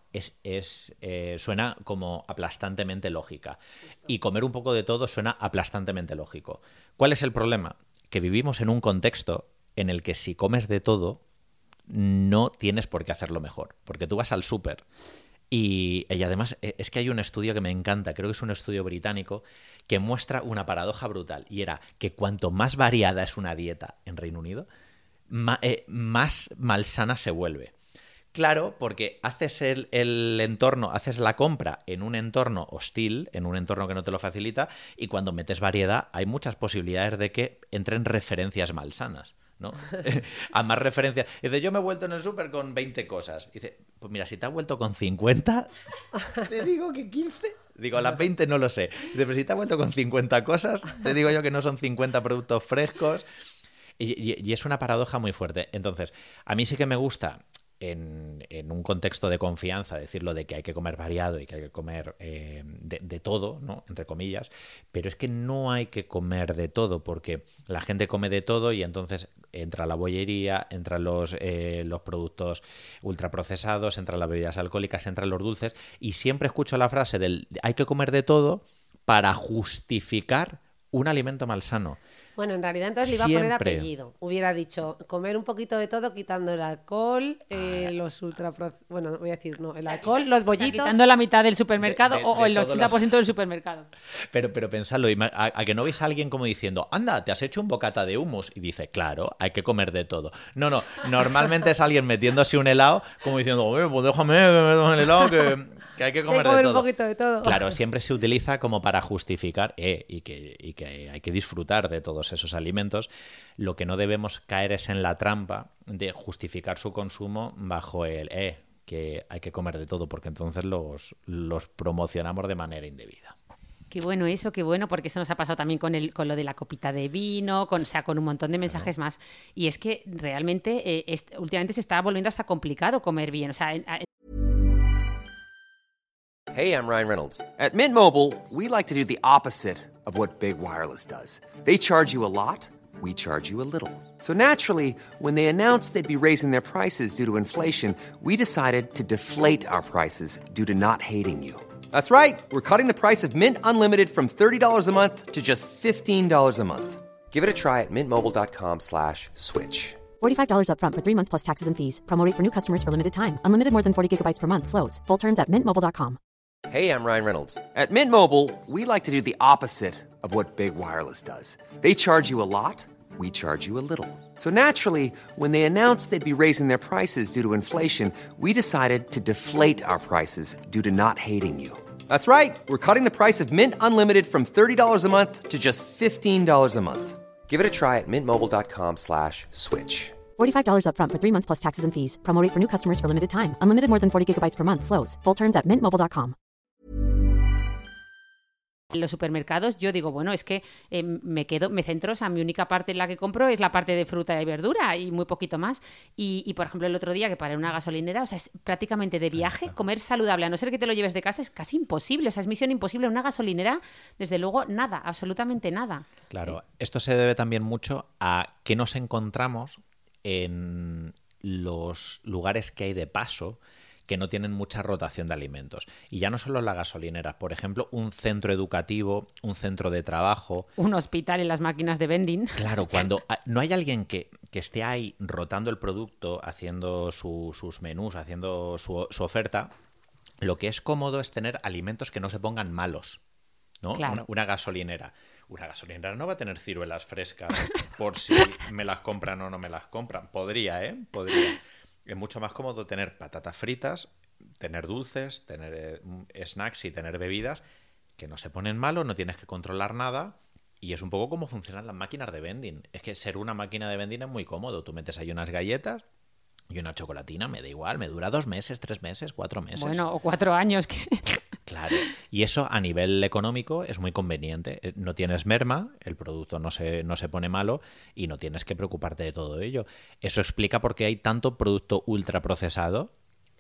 S6: suena como aplastantemente lógica y comer un poco de todo suena aplastantemente lógico. ¿Cuál es el problema? Que vivimos en un contexto en el que si comes de todo, no tienes por qué hacerlo mejor. Porque tú vas al súper y además es que hay un estudio que me encanta, creo que es un estudio británico, que muestra una paradoja brutal. Y era que cuanto más variada es una dieta en Reino Unido, más malsana se vuelve. Claro, porque haces el entorno, haces la compra en un entorno hostil, en un entorno que no te lo facilita, y cuando metes variedad hay muchas posibilidades de que entren referencias malsanas, ¿no? A más referencias. Dice, yo me he vuelto en el súper con 20 cosas. Dice, pues mira, si te has vuelto con 50, te digo que 15. Digo, a las 20 no lo sé. Dice, pero si te has vuelto con 50 cosas, te digo yo que no son 50 productos frescos. Y es una paradoja muy fuerte. Entonces, a mí sí que me gusta en un contexto de confianza decirlo de que hay que comer variado y que hay que comer de todo, ¿no? Entre comillas, pero es que no hay que comer de todo porque la gente come de todo y entonces entra la bollería, entran los productos ultraprocesados, entran las bebidas alcohólicas, entran los dulces y siempre escucho la frase del hay que comer de todo para justificar un alimento malsano.
S5: Bueno, en realidad entonces le iba a poner
S6: Siempre.
S5: apellido. Hubiera dicho comer un poquito de todo quitando el alcohol, los bueno, voy a decir, no, el alcohol, los bollitos.
S4: Quitando la mitad del supermercado
S6: De
S4: o el
S6: todos
S4: 80% del supermercado.
S6: Pero pensadlo, a que no veis a alguien como diciendo, anda, te has hecho un bocata de hummus. Y dice, claro, hay que comer de todo. No, normalmente es alguien metiéndose un helado como diciendo, oye, pues déjame que me tome el helado que hay que comer de todo.
S5: Un poquito de todo.
S6: Claro, siempre se utiliza como para justificar y que hay que disfrutar de todos esos alimentos. Lo que no debemos caer es en la trampa de justificar su consumo bajo el que hay que comer de todo, porque entonces los promocionamos de manera indebida.
S4: Qué bueno eso, qué bueno, porque eso nos ha pasado también con lo de la copita de vino, con un montón de mensajes más. Y es que realmente últimamente se está volviendo hasta complicado comer bien. O sea,
S1: Hey, I'm Ryan Reynolds. At Mint Mobile, we like to do the opposite of what Big Wireless does. They charge you a lot, we charge you a little. So naturally, when they announced they'd be raising their prices due to inflation, we decided to deflate our prices due to not hating you. That's right. We're cutting the price of Mint Unlimited from $30 a month to just $15 a month. Give it a try at mintmobile.com/switch.
S3: $45 up front for 3 months plus taxes and fees. Promo rate for new customers for limited time. Unlimited more than 40 gigabytes per month slows. Full terms at mintmobile.com.
S1: Hey, I'm Ryan Reynolds. At Mint Mobile, we like to do the opposite of what Big Wireless does. They charge you a lot, we charge you a little. So naturally, when they announced they'd be raising their prices due to inflation, we decided to deflate our prices due to not hating you. That's right. We're cutting the price of Mint Unlimited from $30 a month to just $15 a month. Give it a try at mintmobile.com/switch.
S3: $45 up front for 3 months plus taxes and fees. Promo rate for new customers for limited time. Unlimited more than 40 gigabytes per month. Slows full terms at mintmobile.com.
S4: En los supermercados yo digo, bueno, es que me centro, o sea, mi única parte en la que compro es la parte de fruta y verdura y muy poquito más. Y por ejemplo, el otro día que paré en una gasolinera, o sea, es prácticamente de viaje, comer saludable, a no ser que te lo lleves de casa, es casi imposible, o sea, es misión imposible. En una gasolinera, desde luego, nada, absolutamente nada.
S6: Claro, esto se debe también mucho a que nos encontramos en los lugares que hay de paso que no tienen mucha rotación de alimentos. Y ya no solo la gasolinera, por ejemplo, un centro educativo, un centro de trabajo.
S4: Un hospital en las máquinas de vending.
S6: Claro, cuando no hay alguien que esté ahí rotando el producto, haciendo sus menús, haciendo su oferta, lo que es cómodo es tener alimentos que no se pongan malos, ¿no?
S4: Claro.
S6: Una gasolinera. Una gasolinera no va a tener ciruelas frescas por si me las compran o no me las compran. Podría, ¿eh? Podría. Es mucho más cómodo tener patatas fritas, tener dulces, tener snacks y tener bebidas que no se ponen malos, no tienes que controlar nada. Y es un poco como funcionan las máquinas de vending. Es que ser una máquina de vending es muy cómodo. Tú metes ahí unas galletas y una chocolatina, me da igual, me dura 2 meses, 3 meses, 4 meses.
S4: Bueno, o 4 años.
S6: Claro. Y eso a nivel económico es muy conveniente. No tienes merma, el producto no se pone malo y no tienes que preocuparte de todo ello. Eso explica por qué hay tanto producto ultraprocesado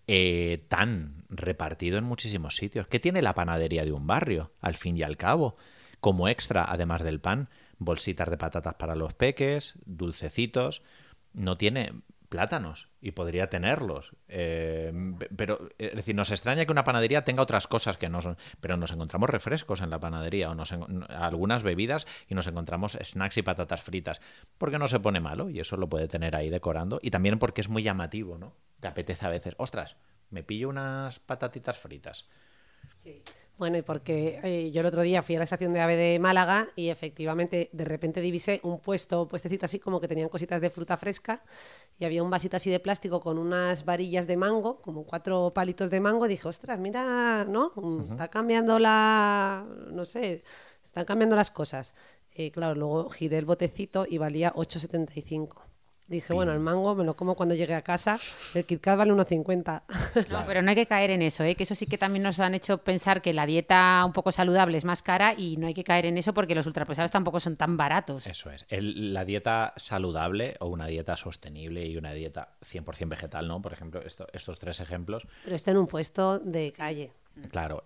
S6: tan repartido en muchísimos sitios. ¿Qué tiene la panadería de un barrio, al fin y al cabo? Como extra, además del pan, bolsitas de patatas para los peques, dulcecitos. No tiene plátanos y podría tenerlos, pero es decir, nos extraña que una panadería tenga otras cosas que no son, pero nos encontramos refrescos en la panadería o algunas bebidas y nos encontramos snacks y patatas fritas porque no se pone malo y eso lo puede tener ahí decorando y también porque es muy llamativo, ¿no? Te apetece a veces, ostras, me pillo unas patatitas fritas.
S5: Sí. Bueno, y porque yo el otro día fui a la estación de AVE de Málaga y efectivamente de repente divisé un puestecito así como que tenían cositas de fruta fresca y había un vasito así de plástico con unas varillas de mango, como 4 palitos de mango. Dije, ostras, mira, ¿no? Está cambiando no sé, están cambiando las cosas. Claro, luego giré el botecito y valía 8,75. Dije, bueno, el mango me lo como cuando llegue a casa, el Kit Kat vale 1,50.
S4: No, pero no hay que caer en eso, que eso sí que también nos han hecho pensar que la dieta un poco saludable es más cara y no hay que caer en eso porque los ultraprocesados tampoco son tan baratos.
S6: Eso es. La dieta saludable o una dieta sostenible y una dieta 100% vegetal, ¿no? Por ejemplo, estos 3 ejemplos.
S5: Pero en un puesto de calle.
S6: Claro,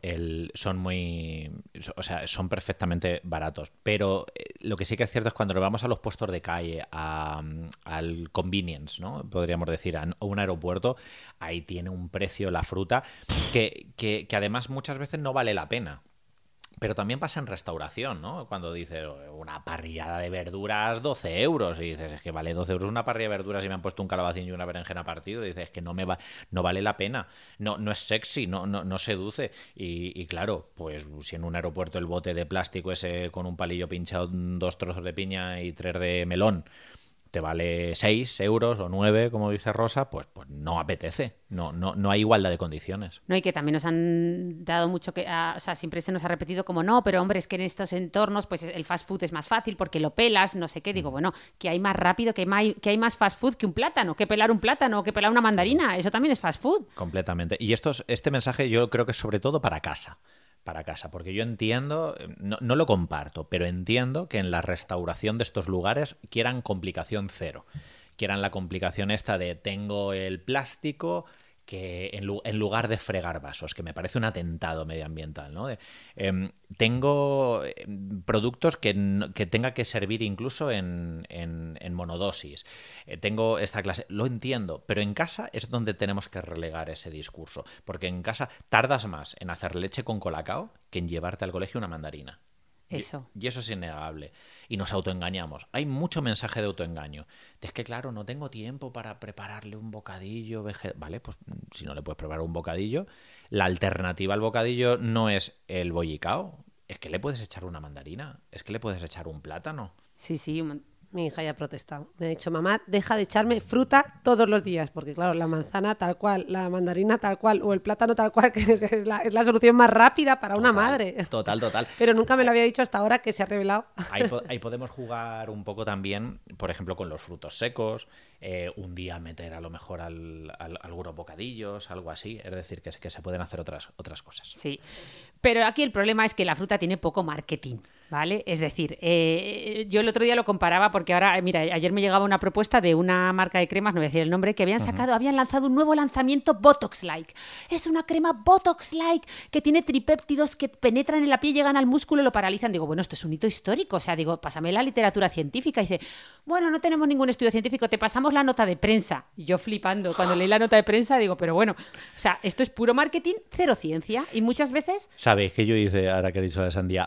S6: son perfectamente baratos, pero lo que sí que es cierto es cuando nos vamos a los puestos de calle, al convenience, ¿no? Podríamos decir, a un aeropuerto, ahí tiene un precio la fruta que además muchas veces no vale la pena. Pero también pasa en restauración, ¿no? Cuando dices una parrillada de verduras 12 euros y dices, es que vale 12 euros una parrilla de verduras y me han puesto un calabacín y una berenjena partido y dices, es que no vale la pena, no es sexy, no seduce y claro, pues si en un aeropuerto el bote de plástico ese con un palillo pinchado, 2 trozos de piña y 3 de melón te vale 6 euros o 9, como dice Rosa, pues no apetece. No hay igualdad de condiciones.
S4: No, y que también nos han dado mucho o sea, siempre se nos ha repetido como no, pero hombre, es que en estos entornos pues el fast food es más fácil porque lo pelas, no sé qué. Digo, bueno, que hay más rápido, que hay más fast food que un plátano, que pelar un plátano, que pelar una mandarina, eso también es fast food.
S6: Completamente. Y este mensaje yo creo que es sobre todo para casa, porque yo entiendo, no lo comparto, pero entiendo que en la restauración de estos lugares quieran complicación cero, quieran la complicación esta de tengo el plástico que en lugar de fregar vasos, que me parece un atentado medioambiental, ¿no? Tengo productos que tenga que servir incluso en monodosis. Tengo esta clase, lo entiendo, pero en casa es donde tenemos que relegar ese discurso, porque en casa tardas más en hacer leche con colacao que en llevarte al colegio una mandarina.
S4: Eso.
S6: Y eso es innegable. Y nos autoengañamos. Hay mucho mensaje de autoengaño. Es que, claro, no tengo tiempo para prepararle un bocadillo. Vale, pues si no le puedes preparar un bocadillo, la alternativa al bocadillo no es el bollicao. Es que le puedes echar una mandarina. Es que le puedes echar un plátano.
S4: Sí, sí.
S5: Mi hija ya ha protestado. Me ha dicho, mamá, deja de echarme fruta todos los días. Porque, claro, la manzana tal cual, la mandarina tal cual o el plátano tal cual, que es la solución más rápida para una madre.
S6: Total.
S5: Pero nunca me lo había dicho hasta ahora, que se ha revelado.
S6: Ahí podemos jugar un poco también, por ejemplo, con los frutos secos. Un día meter a lo mejor algunos bocadillos, algo así. Es decir, que se pueden hacer otras cosas.
S4: Sí. Pero aquí el problema es que la fruta tiene poco marketing, ¿vale? Es decir, yo el otro día lo comparaba porque ahora, mira, ayer me llegaba una propuesta de una marca de cremas, no voy a decir el nombre, que habían lanzado un nuevo lanzamiento Botox-like. Es una crema Botox-like que tiene tripéptidos que penetran en la piel, llegan al músculo y lo paralizan. Digo, bueno, esto es un hito histórico. O sea, digo, pásame la literatura científica. Y dice, bueno, no tenemos ningún estudio científico, te pasamos la nota de prensa. Y yo flipando, cuando leí la nota de prensa, digo, pero bueno, o sea, esto es puro marketing, cero ciencia. Y muchas veces...
S6: ¿Sabéis que yo hice, ahora que he dicho de sandía,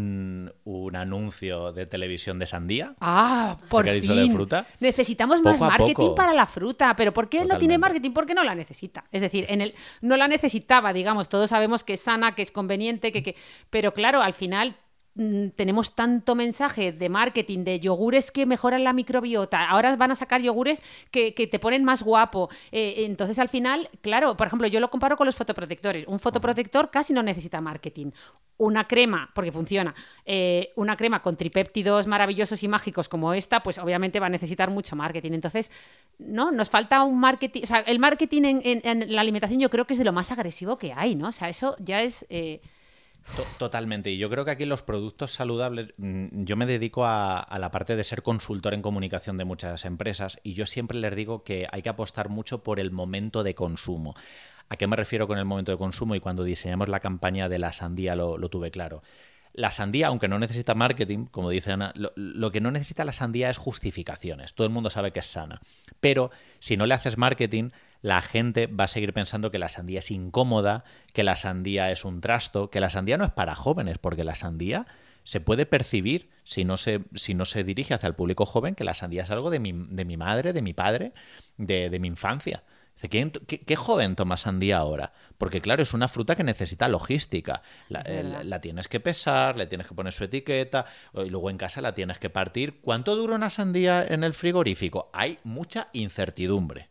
S6: un anuncio de televisión de sandía?
S4: Ah, por
S6: ¿Que he dicho
S4: fin.
S6: de fruta?
S4: Necesitamos más
S6: Poco a
S4: marketing
S6: poco.
S4: para la fruta. ¿Pero por qué no tiene
S6: Totalmente.
S4: marketing? Porque no la necesita. Es decir, no la necesitaba, digamos. Todos sabemos que es sana, que es conveniente, pero claro, al final tenemos tanto mensaje de marketing, de yogures que mejoran la microbiota. Ahora van a sacar yogures que te ponen más guapo. Entonces, al final, claro, por ejemplo, yo lo comparo con los fotoprotectores. Un fotoprotector casi no necesita marketing. Una crema, porque funciona, una crema con tripéptidos maravillosos y mágicos como esta, pues obviamente va a necesitar mucho marketing. Entonces, no, nos falta un marketing. O sea, el marketing en la alimentación yo creo que es de lo más agresivo que hay, ¿no? O sea, eso ya es...
S6: Totalmente. Y yo creo que aquí los productos saludables, yo me dedico a la parte de ser consultor en comunicación de muchas empresas y yo siempre les digo que hay que apostar mucho por el momento de consumo. ¿A qué me refiero con el momento de consumo? Y cuando diseñamos la campaña de la sandía lo tuve claro. La sandía, aunque no necesita marketing, como dice Ana, lo que no necesita la sandía es justificaciones. Todo el mundo sabe que es sana. Pero si no le haces marketing, la gente va a seguir pensando que la sandía es incómoda, que la sandía es un trasto, que la sandía no es para jóvenes, porque la sandía se puede percibir, si no se dirige hacia el público joven, que la sandía es algo de mi madre, de mi padre, de mi infancia. ¿Qué joven toma sandía ahora? Porque claro, es una fruta que necesita logística. La tienes que pesar, le tienes que poner su etiqueta y luego en casa la tienes que partir. ¿Cuánto dura una sandía en el frigorífico? Hay mucha incertidumbre.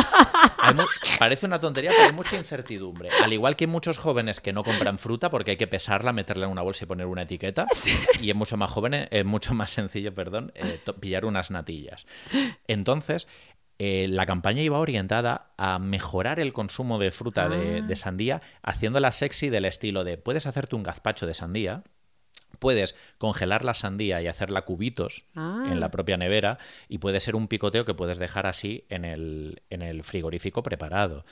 S6: Parece una tontería, pero hay mucha incertidumbre. Al igual que hay muchos jóvenes que no compran fruta porque hay que pesarla, meterla en una bolsa y poner una etiqueta. Sí. Y es mucho más sencillo, pillar unas natillas. Entonces... la campaña iba orientada a mejorar el consumo de fruta de sandía, haciéndola sexy del estilo de puedes hacerte un gazpacho de sandía, puedes congelar la sandía y hacerla cubitos en la propia nevera y puede ser un picoteo que puedes dejar así en el frigorífico preparado.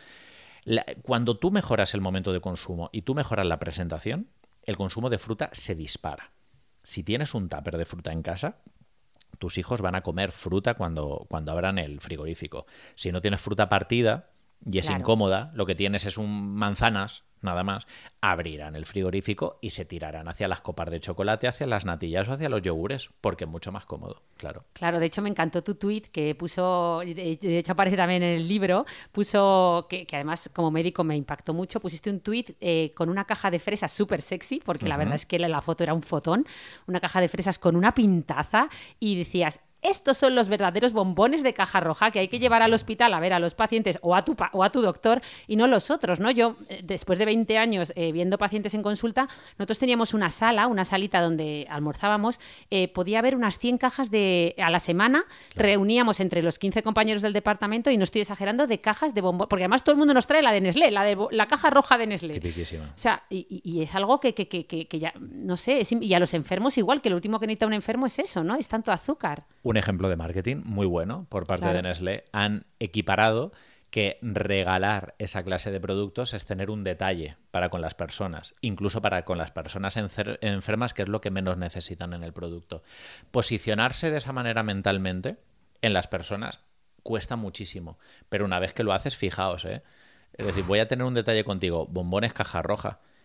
S6: Cuando tú mejoras el momento de consumo y tú mejoras la presentación, el consumo de fruta se dispara. Si tienes un tupper de fruta en casa, tus hijos van a comer fruta cuando abran el frigorífico. Si no tienes fruta partida y es incómoda, lo que tienes es manzanas, nada más, abrirán el frigorífico y se tirarán hacia las copas de chocolate, hacia las natillas o hacia los yogures, porque es mucho más cómodo, claro.
S4: Claro, de hecho me encantó tu tuit que puso, de hecho aparece también en el libro, puso, que además como médico me impactó mucho, pusiste un tuit con una caja de fresas súper sexy, porque la verdad es que la foto era un fotón, una caja de fresas con una pintaza y decías... Estos son los verdaderos bombones de caja roja que hay que llevar al hospital a ver a los pacientes o a tu doctor y no los otros, ¿no? Yo, después de 20 años viendo pacientes en consulta, nosotros teníamos una salita donde almorzábamos, podía haber unas 100 cajas a la semana, reuníamos entre los 15 compañeros del departamento y no estoy exagerando, de cajas de bombones, porque además todo el mundo nos trae la de Nestlé, la caja roja de Nestlé.
S6: Tipiquísima.
S4: O sea, y es algo que ya, no sé, y a los enfermos igual, que lo último que necesita un enfermo es eso, ¿no? Es tanto azúcar.
S6: Un ejemplo de marketing muy bueno por parte de Nestlé. Han equiparado que regalar esa clase de productos es tener un detalle para con las personas, incluso para con las personas enfermas, que es lo que menos necesitan en el producto. Posicionarse de esa manera mentalmente en las personas cuesta muchísimo, pero una vez que lo haces, fijaos, es decir, voy a tener un detalle contigo, bombones caja roja.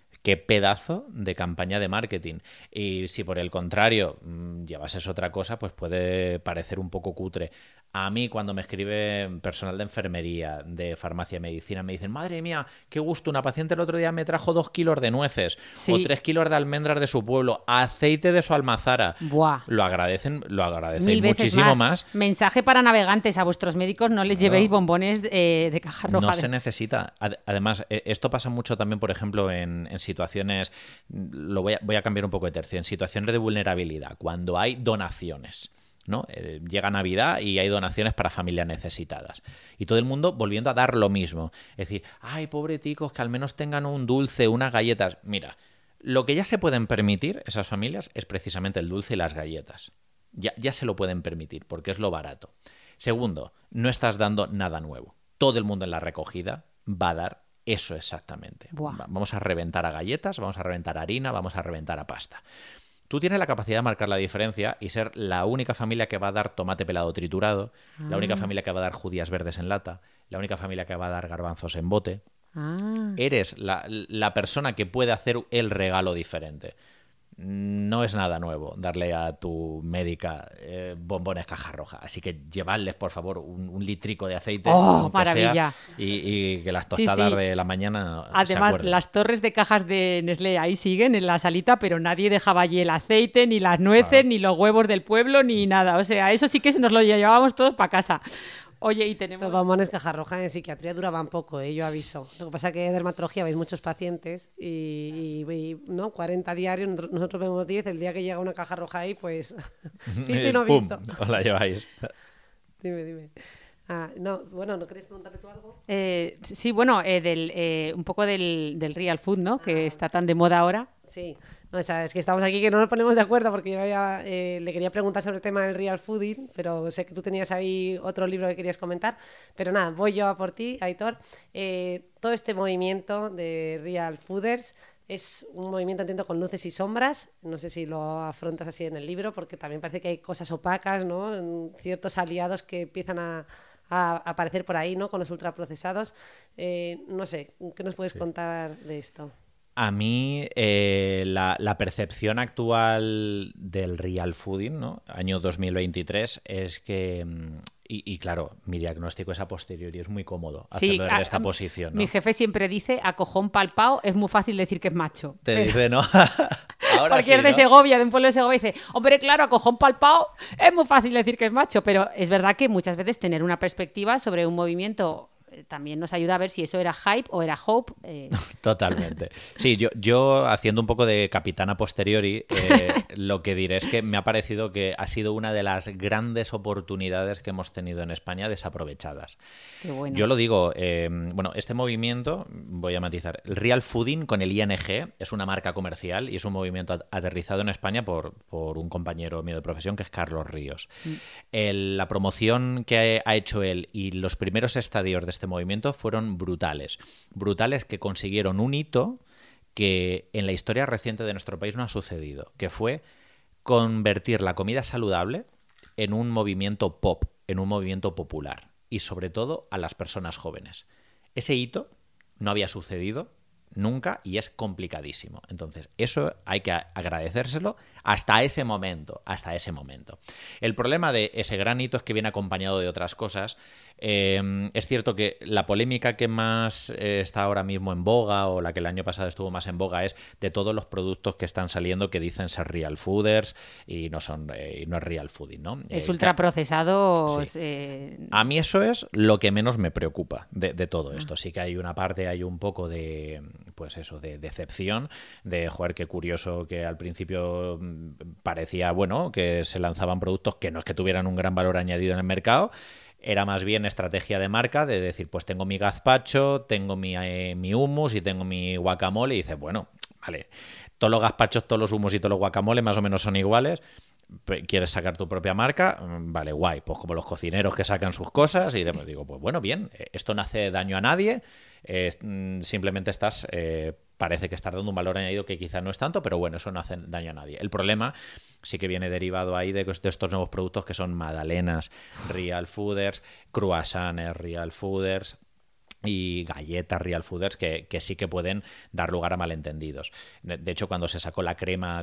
S6: Qué pedazo de campaña de marketing. Y si por el contrario llevases otra cosa, pues puede parecer un poco cutre. A mí, cuando me escribe personal de enfermería, de farmacia y medicina, me dicen, madre mía, qué gusto, una paciente el otro día me trajo 2 kilos de nueces
S4: Sí.
S6: o 3 kilos de almendras de su pueblo, aceite de su almazara.
S4: Buah.
S6: Lo agradecen
S4: Mil veces
S6: muchísimo más.
S4: Mensaje para navegantes: a vuestros médicos no les llevéis bombones de caja roja.
S6: No se necesita. Además, esto pasa mucho también, por ejemplo, en situaciones, voy a cambiar un poco de tercio, en situaciones de vulnerabilidad, cuando hay donaciones, ¿no? Llega Navidad y hay donaciones para familias necesitadas. Y todo el mundo volviendo a dar lo mismo. Es decir, ay, pobre ticos, que al menos tengan un dulce, unas galletas. Mira, lo que ya se pueden permitir esas familias es precisamente el dulce y las galletas. Ya se lo pueden permitir, porque es lo barato. Segundo, no estás dando nada nuevo. Todo el mundo en la recogida va a dar eso exactamente.
S4: Buah.
S6: Vamos a reventar a galletas, vamos a reventar a harina, vamos a reventar a pasta. Tú tienes la capacidad de marcar la diferencia y ser la única familia que va a dar tomate pelado triturado, la única familia que va a dar judías verdes en lata, la única familia que va a dar garbanzos en bote. Eres la persona que puede hacer el regalo diferente. No es nada nuevo darle a tu médica bombones caja roja. Así que llevadles, por favor, un litrico de aceite.
S4: ¡Oh,
S6: aunque
S4: maravilla!
S6: sea, y que las tostadas
S4: Sí.
S6: de la mañana se
S4: Además,
S6: acuerden.
S4: las torres de cajas de Nestlé ahí siguen en la salita, pero nadie dejaba allí el aceite, ni las nueces, ni los huevos del pueblo, ni nada. O sea, eso sí que nos lo llevábamos todos para casa. Oye, y tenemos...
S5: Los bombones caja roja en psiquiatría duraban poco, yo aviso. Lo que pasa es que en dermatología veis muchos pacientes y, ¿no? 40 diarios, nosotros vemos 10, el día que llega una caja roja ahí, pues visto y no
S6: ¡Pum!
S5: visto.
S6: Os la lleváis.
S5: Dime. No, bueno, ¿no queréis preguntarle tú algo?
S4: Sí, bueno, un poco del real food, ¿no? Que está tan de moda ahora.
S5: Sí, no, o sea, es que estamos aquí que no nos ponemos de acuerdo porque yo le quería preguntar sobre el tema del real fooding, pero sé que tú tenías ahí otro libro que querías comentar, pero nada, voy yo a por ti, Aitor. Todo este movimiento de real fooders es un movimiento, entiendo, con luces y sombras. No sé si lo afrontas así en el libro, porque también parece que hay cosas opacas, ¿no? Ciertos aliados que empiezan a aparecer por ahí, ¿no? Con los ultraprocesados. No sé, ¿qué nos puedes contar de esto?
S6: A mí la percepción actual del real fooding, ¿no? Año 2023, es que... Y claro, mi diagnóstico es a posteriori, es muy cómodo hacerlo desde esta posición, ¿no?
S4: Mi jefe siempre dice, a cojón palpao, es muy fácil decir que es macho.
S6: Te dice, ¿no? Ahora
S4: Porque
S6: sí,
S4: es de
S6: ¿no?
S4: Segovia, de un pueblo de Segovia, y dice, hombre, claro, a cojón palpao, es muy fácil decir que es macho. Pero es verdad que muchas veces tener una perspectiva sobre un movimiento también nos ayuda a ver si eso era hype o era hope.
S6: Totalmente. Sí, yo haciendo un poco de capitana posteriori, lo que diré es que me ha parecido que ha sido una de las grandes oportunidades que hemos tenido en España desaprovechadas.
S4: Qué bueno.
S6: Yo lo digo, bueno, este movimiento, voy a matizar, el Real Fooding con el ING es una marca comercial y es un movimiento aterrizado en España por un compañero mío de profesión que es Carlos Ríos. La promoción que ha hecho él y los primeros estadios de este movimiento fueron brutales que consiguieron un hito que en la historia reciente de nuestro país no ha sucedido, que fue convertir la comida saludable en un movimiento pop, en un movimiento popular y sobre todo a las personas jóvenes. Ese hito no había sucedido nunca y es complicadísimo. Entonces, eso hay que agradecérselo hasta ese momento. El problema de ese gran hito es que viene acompañado de otras cosas. Es cierto que la polémica que más está ahora mismo en boga, o la que el año pasado estuvo más en boga, es de todos los productos que están saliendo que dicen ser real fooders y no son y no es real fooding, ¿no?
S4: Es ultraprocesados.
S6: Sí. A mí eso es lo que menos me preocupa de todo esto. Sí que hay una parte, hay un poco de, pues eso, de decepción, de, joder, qué curioso que al principio parecía, bueno, que se lanzaban productos que no es que tuvieran un gran valor añadido en el mercado. Era más bien estrategia de marca, de decir, pues tengo mi gazpacho, tengo mi hummus y tengo mi guacamole. Y dices, bueno, vale, todos los gazpachos, todos los hummus y todos los guacamole más o menos son iguales. ¿Quieres sacar tu propia marca? Vale, guay. Pues como los cocineros que sacan sus cosas. Y digo, pues bueno, bien, esto no hace daño a nadie. Simplemente parece que estás dando un valor añadido que quizá no es tanto, pero bueno, eso no hace daño a nadie. El problema sí que viene derivado ahí de estos nuevos productos que son magdalenas, real fooders, croissants, real fooders. y galletas Real Fooders que sí que pueden dar lugar a malentendidos. De hecho, cuando se sacó la crema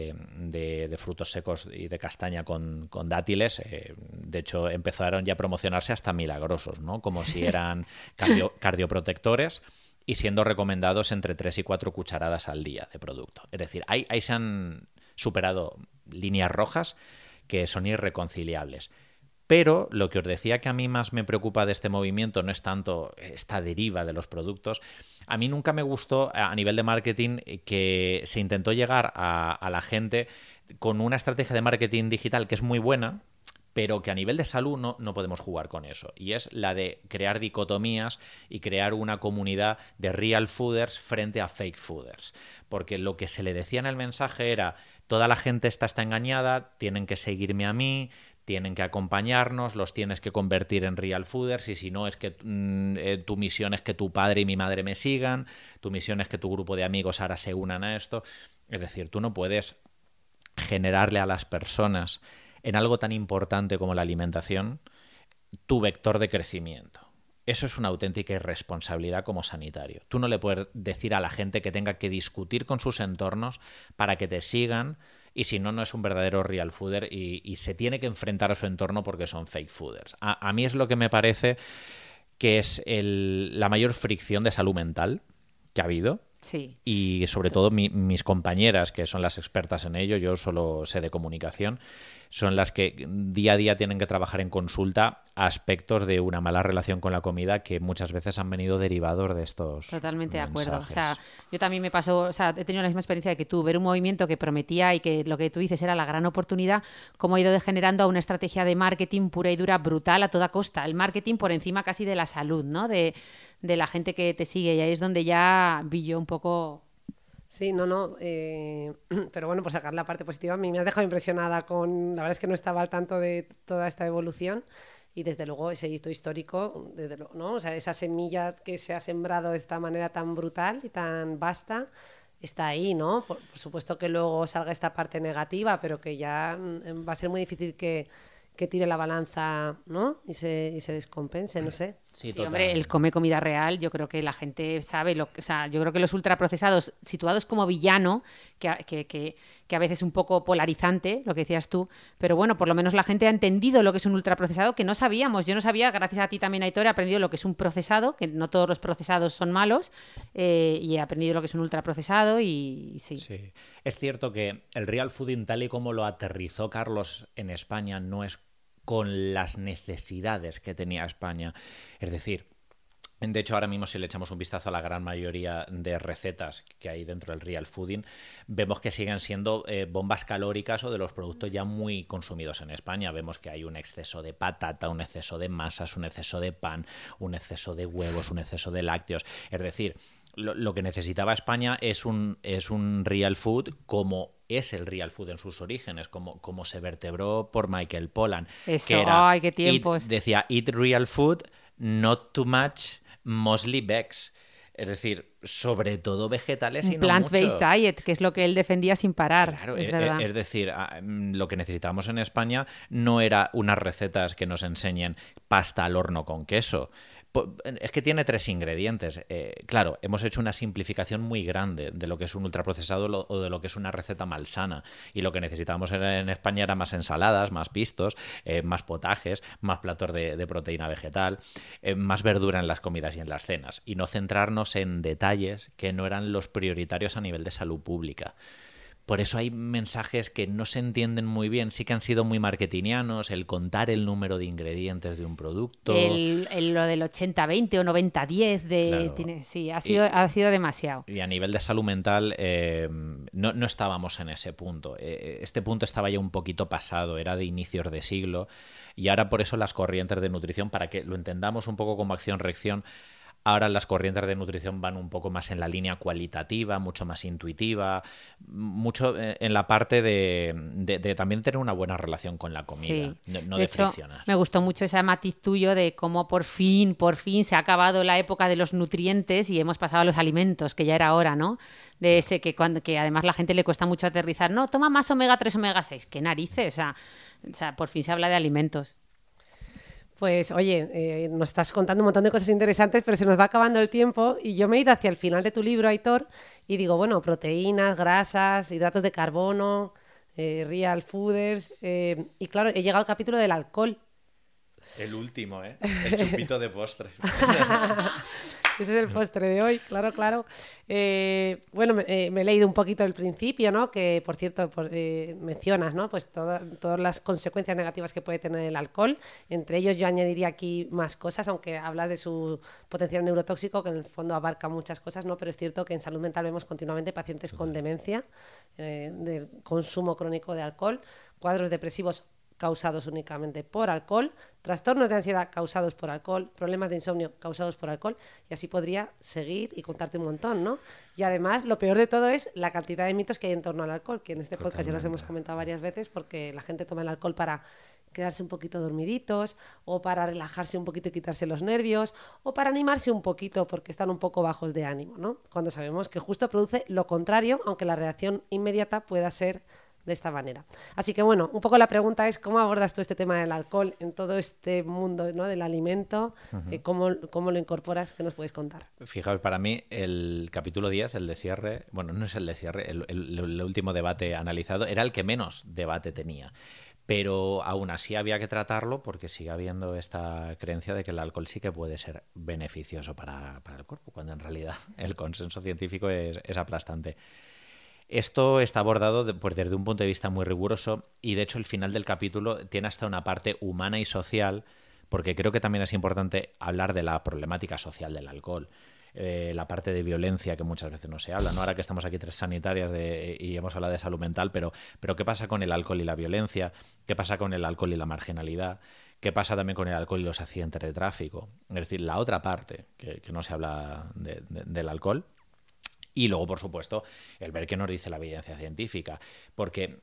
S6: de frutos secos y de castaña con dátiles, de hecho empezaron ya a promocionarse hasta milagrosos, ¿no? Como si eran cardioprotectores y siendo recomendados entre 3 y 4 cucharadas al día de producto. Es decir, ahí se han superado líneas rojas que son irreconciliables. Pero lo que os decía que a mí más me preocupa de este movimiento no es tanto esta deriva de los productos. A mí nunca me gustó a nivel de marketing que se intentó llegar a la gente con una estrategia de marketing digital que es muy buena, pero que a nivel de salud no podemos jugar con eso. Y es la de crear dicotomías y crear una comunidad de real fooders frente a fake fooders. Porque lo que se le decía en el mensaje era: toda la gente está engañada, tienen que seguirme a mí, tienen que acompañarnos, los tienes que convertir en real fooders, y si no es que tu misión es que tu padre y mi madre me sigan, tu misión es que tu grupo de amigos ahora se unan a esto. Es decir, tú no puedes generarle a las personas en algo tan importante como la alimentación tu vector de crecimiento. Eso es una auténtica irresponsabilidad como sanitario. Tú no le puedes decir a la gente que tenga que discutir con sus entornos para que te sigan, y si no, no es un verdadero real fooder y se tiene que enfrentar a su entorno porque son fake fooders. A mí es lo que me parece que es la mayor fricción de salud mental que ha habido.
S4: Sí.
S6: Y sobre todo mis compañeras, que son las expertas en ello, yo solo sé de comunicación, son las que día a día tienen que trabajar en consulta aspectos de una mala relación con la comida que muchas veces han venido derivados de estos
S4: Totalmente
S6: mensajes.
S4: de acuerdo. O sea, yo también me pasó, o sea, he tenido la misma experiencia que tú, ver un movimiento que prometía y que lo que tú dices era la gran oportunidad, cómo ha ido degenerando a una estrategia de marketing pura y dura, brutal a toda costa. El marketing por encima casi de la salud, ¿no? De la gente que te sigue, y ahí es donde ya vi yo un poco...
S5: Sí, pero bueno, por sacar la parte positiva, a mí me has dejado impresionada la verdad es que no estaba al tanto de toda esta evolución, y desde luego ese hito histórico, ¿no? O sea, esa semilla que se ha sembrado de esta manera tan brutal y tan vasta, está ahí, ¿no? Por supuesto que luego salga esta parte negativa, pero que ya va a ser muy difícil que tire la balanza, ¿no? Y se descompense, no sé.
S4: Sí, hombre, el come comida real, yo creo que la gente sabe o sea, yo creo que los ultraprocesados situados como villano, que a veces es un poco polarizante, lo que decías tú, pero bueno, por lo menos la gente ha entendido lo que es un ultraprocesado, que no sabíamos. Yo no sabía, gracias a ti también, Aitor, he aprendido lo que es un procesado, que no todos los procesados son malos, y he aprendido lo que es un ultraprocesado y sí.
S6: Sí. Es cierto que el real fooding, tal y como lo aterrizó Carlos en España, no es con las necesidades que tenía España. Es decir, de hecho, ahora mismo si le echamos un vistazo a la gran mayoría de recetas que hay dentro del real fooding, vemos que siguen siendo bombas calóricas o de los productos ya muy consumidos en España. Vemos que hay un exceso de patata, un exceso de masas, un exceso de pan, un exceso de huevos, un exceso de lácteos. Es decir, lo que necesitaba España es un real food como es el real food en sus orígenes, como se vertebró por Michael Pollan.
S4: Eso,
S6: que era,
S4: ¡ay, qué tiempos!
S6: Decía, eat real food, not too much, mostly vegs. Es decir, sobre todo vegetales y no
S4: plant-based
S6: mucho.
S4: diet, que es lo que él defendía sin parar.
S6: Claro,
S4: es verdad.
S6: Es decir, lo que necesitábamos en España no era unas recetas que nos enseñen pasta al horno con queso. Es que tiene 3 ingredientes. Claro, hemos hecho una simplificación muy grande de lo que es un ultraprocesado o de lo que es una receta malsana. Y lo que necesitábamos en España era más ensaladas, más pistos, más potajes, más platos de proteína vegetal, más verdura en las comidas y en las cenas. Y no centrarnos en detalles que no eran los prioritarios a nivel de salud pública. Por eso hay mensajes que no se entienden muy bien. Sí que han sido muy marketingianos, el contar el número de ingredientes de un producto.
S4: Lo del 80-20 o 90-10.
S6: Claro.
S4: Sí, ha sido demasiado.
S6: Y a nivel de salud mental no estábamos en ese punto. Este punto estaba ya un poquito pasado, era de inicios de siglo. Y ahora por eso las corrientes de nutrición, para que lo entendamos un poco como acción-reacción, ahora las corrientes de nutrición van un poco más en la línea cualitativa, mucho más intuitiva, mucho en la parte de también tener una buena relación con la comida,
S4: sí.
S6: no
S4: de
S6: de
S4: hecho,
S6: friccionar.
S4: Me gustó mucho ese matiz tuyo de cómo por fin se ha acabado la época de los nutrientes y hemos pasado a los alimentos, que ya era hora, ¿no? De ese que además la gente le cuesta mucho aterrizar. No, toma más omega 3, omega 6. ¿Qué narices? O sea, por fin se habla de alimentos.
S5: Pues oye, nos estás contando un montón de cosas interesantes, pero se nos va acabando el tiempo y yo me he ido hacia el final de tu libro, Aitor, y digo, bueno, proteínas, grasas, hidratos de carbono, real fooders, y claro, he llegado al capítulo del alcohol.
S6: El último, ¿eh? El chupito de postre.
S5: Ese es el postre de hoy, claro, claro. Bueno, me he leído un poquito el principio, ¿no? Que, por cierto, mencionas, ¿no? Pues todas las consecuencias negativas que puede tener el alcohol. Entre ellos yo añadiría aquí más cosas, aunque hablas de su potencial neurotóxico, que en el fondo abarca muchas cosas, ¿no? Pero es cierto que en salud mental vemos continuamente pacientes con demencia, del consumo crónico de alcohol, cuadros depresivos causados únicamente por alcohol, trastornos de ansiedad causados por alcohol, problemas de insomnio causados por alcohol, y así podría seguir y contarte un montón, ¿no? Y además, lo peor de todo es la cantidad de mitos que hay en torno al alcohol, que en este podcast ya los hemos comentado varias veces, porque la gente toma el alcohol para quedarse un poquito dormiditos, o para relajarse un poquito y quitarse los nervios, o para animarse un poquito porque están un poco bajos de ánimo, ¿no? Cuando sabemos que justo produce lo contrario, aunque la reacción inmediata pueda ser de esta manera. Así que bueno, un poco la pregunta es ¿cómo abordas tú este tema del alcohol en todo este mundo, ¿no? Del alimento? ¿Cómo lo incorporas? ¿Qué nos puedes contar?
S6: Fijaos, para mí el capítulo 10, el de cierre, bueno, no es el de cierre, el último debate analizado, era el que menos debate tenía. Pero aún así había que tratarlo porque sigue habiendo esta creencia de que el alcohol sí que puede ser beneficioso para el cuerpo, cuando en realidad el consenso científico es aplastante. Esto está abordado pues desde un punto de vista muy riguroso y de hecho el final del capítulo tiene hasta una parte humana y social, porque creo que también es importante hablar de la problemática social del alcohol, la parte de violencia que muchas veces no se habla, ¿no? Ahora que estamos aquí tres sanitarias y hemos hablado de salud mental, pero ¿qué pasa con el alcohol y la violencia? ¿Qué pasa con el alcohol y la marginalidad? ¿Qué pasa también con el alcohol y los accidentes de tráfico? Es decir, la otra parte que no se habla del alcohol. Y luego, por supuesto, el ver qué nos dice la evidencia científica. Porque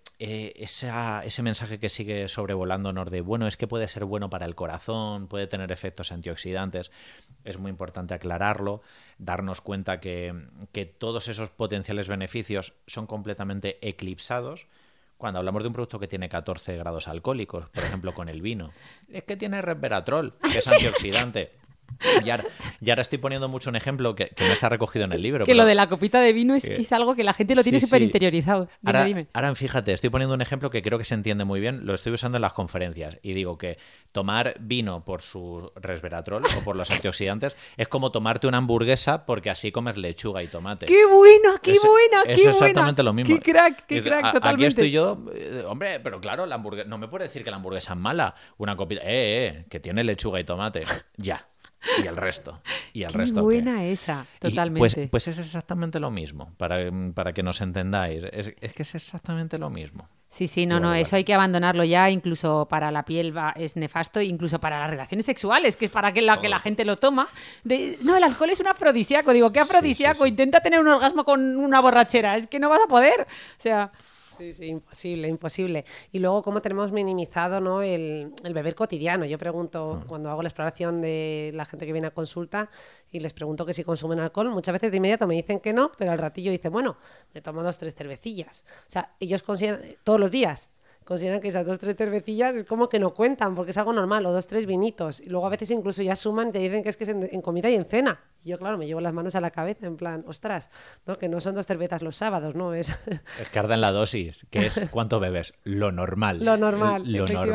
S6: ese mensaje que sigue sobrevolándonos de, bueno, es que puede ser bueno para el corazón, puede tener efectos antioxidantes, es muy importante aclararlo, darnos cuenta que todos esos potenciales beneficios son completamente eclipsados cuando hablamos de un producto que tiene 14 grados alcohólicos, por ejemplo, con el vino. Es que tiene resveratrol, que es antioxidante. Y ahora estoy poniendo mucho un ejemplo que no está recogido en el libro.
S4: Que lo de la copita de vino es que es algo que la gente lo tiene súper interiorizado. Dime.
S6: Ahora, fíjate, estoy poniendo un ejemplo que creo que se entiende muy bien. Lo estoy usando en las conferencias. Y digo que tomar vino por su resveratrol o por los antioxidantes es como tomarte una hamburguesa porque así comes lechuga y tomate.
S4: ¡Qué buena, qué buena, qué
S6: buena! Es exactamente lo mismo.
S4: ¡Qué crack, totalmente!
S6: Aquí estoy yo, hombre, pero claro, la hamburguesa, no me puede decir que la hamburguesa es mala. Una copita, que tiene lechuga y tomate. Ya. Y el resto.
S4: Qué buena esa, totalmente.
S6: Pues es exactamente lo mismo, para que nos entendáis. Es que es exactamente lo mismo.
S4: Sí, no, eso hay que abandonarlo ya, incluso para la piel es nefasto, incluso para las relaciones sexuales, que es para que la gente lo toma. No, el alcohol es un afrodisíaco. Digo, ¿qué afrodisíaco? Sí. Intenta tener un orgasmo con una borrachera, es que no vas a poder. O sea...
S5: Sí, imposible. Y luego, cómo tenemos minimizado, ¿no? el beber cotidiano. Yo pregunto, cuando hago la exploración de la gente que viene a consulta y les pregunto que si consumen alcohol, muchas veces de inmediato me dicen que no, pero al ratillo dicen, bueno, me tomo 2-3 cervecillas. O sea, ellos consideran, todos los días, consideran que esas 2-3 cervecillas es como que no cuentan, porque es algo normal, o 2-3 vinitos. Y luego a veces incluso ya suman y te dicen que es en comida y en cena. Y yo, claro, me llevo las manos a la cabeza en plan, ostras, ¿no? Que no son 2 cervezas los sábados, ¿no? Es
S6: que arda en la dosis, que es ¿cuánto bebes? Lo normal.
S5: Lo normal.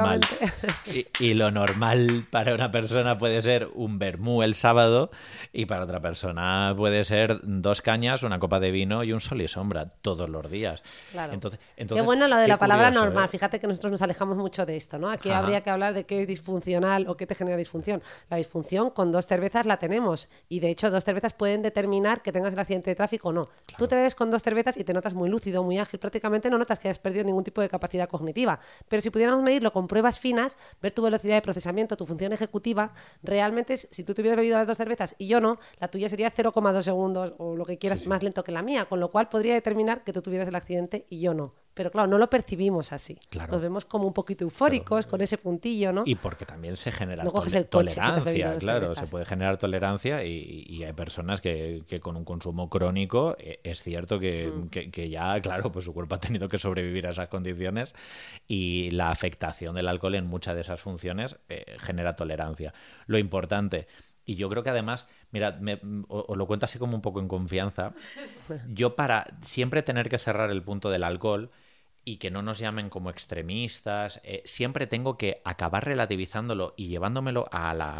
S6: Y lo normal para una persona puede ser un vermú el sábado y para otra persona puede ser 2 cañas, una copa de vino y un sol y sombra todos los días.
S5: Claro.
S6: Entonces,
S5: qué bueno lo de la palabra normal. Fíjate que nosotros nos alejamos mucho de esto, ¿no? Aquí habría que hablar de qué es disfuncional o qué te genera disfunción. La disfunción con 2 cervezas la tenemos y de hecho 2 cervezas pueden determinar que tengas el accidente de tráfico o no. Claro. Tú te bebes con 2 cervezas y te notas muy lúcido, muy ágil, prácticamente no notas que hayas perdido ningún tipo de capacidad cognitiva. Pero si pudiéramos medirlo con pruebas finas, ver tu velocidad de procesamiento, tu función ejecutiva, realmente si tú te hubieras bebido las 2 cervezas y yo no, la tuya sería 0,2 segundos o lo que quieras más lento que la mía, con lo cual podría determinar que tú tuvieras el accidente y yo no. Pero claro, no lo percibimos así.
S6: Claro.
S5: Nos vemos como un poquito eufóricos, con ese puntillo, ¿no?
S6: Y porque también se genera
S5: No coges el coche si te has bebido
S6: tolerancia,
S5: 2
S6: claro,
S5: cervezas.
S6: se puede generar tolerancia y hay personas que con un consumo crónico es cierto que ya, claro, pues su cuerpo ha tenido que sobrevivir a esas condiciones y la afectación del alcohol en muchas de esas funciones genera tolerancia. Lo importante, y yo creo que además, mira, os lo cuento así como un poco en confianza, yo para siempre tener que cerrar el punto del alcohol y que no nos llamen como extremistas, siempre tengo que acabar relativizándolo y llevándomelo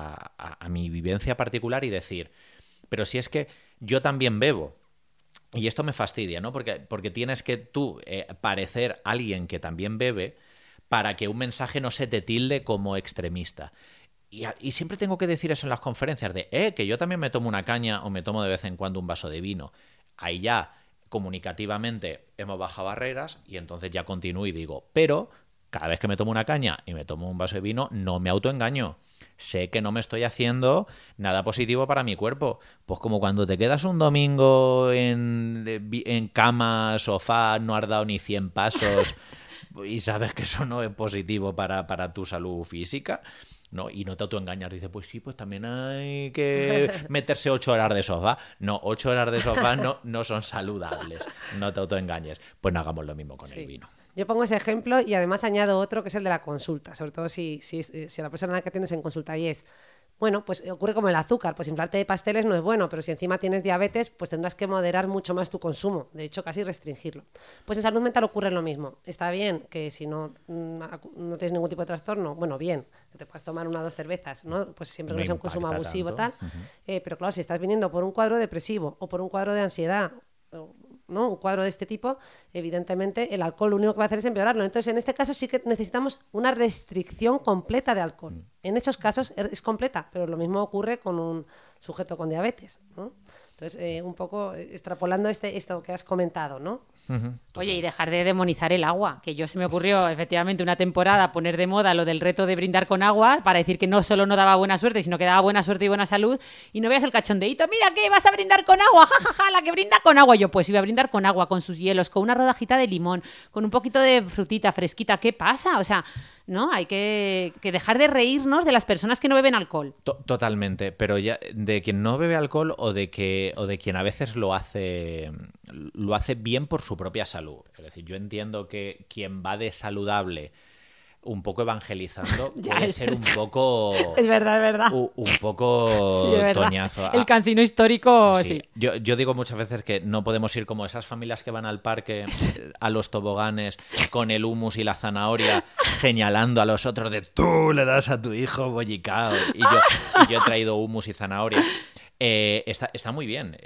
S6: a mi vivencia particular y decir, pero si es que yo también bebo. Y esto me fastidia, ¿no? Porque tienes que tú parecer alguien que también bebe para que un mensaje no se te tilde como extremista. Y siempre tengo que decir eso en las conferencias de, que yo también me tomo una caña o me tomo de vez en cuando un vaso de vino. Ahí ya comunicativamente hemos bajado barreras y entonces ya continúo y digo, pero cada vez que me tomo una caña y me tomo un vaso de vino no me autoengaño. Sé que no me estoy haciendo nada positivo para mi cuerpo. Pues como cuando te quedas un domingo en cama, sofá, no has dado ni 100 pasos y sabes que eso no es positivo para tu salud física, ¿no? Y no te autoengañas, dices, pues sí, pues también hay que meterse 8 horas de sofá. No, 8 horas de sofá no son saludables, no te autoengañes. Pues no hagamos lo mismo con el vino.
S5: Yo pongo ese ejemplo y además añado otro que es el de la consulta, sobre todo si la persona que tienes en consulta y es, bueno, pues ocurre como el azúcar, pues inflarte de pasteles no es bueno, pero si encima tienes diabetes, pues tendrás que moderar mucho más tu consumo, de hecho casi restringirlo. Pues en salud mental ocurre lo mismo. Está bien que si no tienes ningún tipo de trastorno, bueno, bien, que te puedas tomar 1 o 2 cervezas, ¿no? Pues siempre que no sea un consumo abusivo tal, pero claro, si estás viniendo por un cuadro depresivo o por un cuadro de ansiedad, ¿no? Un cuadro de este tipo, evidentemente el alcohol lo único que va a hacer es empeorarlo. Entonces, en este caso sí que necesitamos una restricción completa de alcohol. En esos casos es completa, pero lo mismo ocurre con un sujeto con diabetes, ¿no? Entonces, un poco extrapolando esto que has comentado, ¿no?
S4: Oye, y dejar de demonizar el agua, que yo se me ocurrió efectivamente una temporada poner de moda lo del reto de brindar con agua para decir que no solo no daba buena suerte, sino que daba buena suerte y buena salud, y no veas el cachondeíto, mira que vas a brindar con agua, jajaja, la que brinda con agua. Yo pues iba a brindar con agua, con sus hielos, con una rodajita de limón, con un poquito de frutita fresquita. ¿Qué pasa? O sea, no, hay que dejar de reírnos de las personas que no beben alcohol.
S6: Totalmente, pero ya de quien no bebe alcohol o de quien a veces lo hace bien por su propia salud. Es decir, yo entiendo que quien va de saludable un poco evangelizando puede ser un poco...
S4: Es verdad.
S6: Un poco
S4: sí, es
S6: toñazo.
S4: El cansino histórico, sí.
S6: Yo digo muchas veces que no podemos ir como esas familias que van al parque a los toboganes con el hummus y la zanahoria señalando a los otros de tú le das a tu hijo bollicao y yo he traído hummus y zanahoria. Está muy bien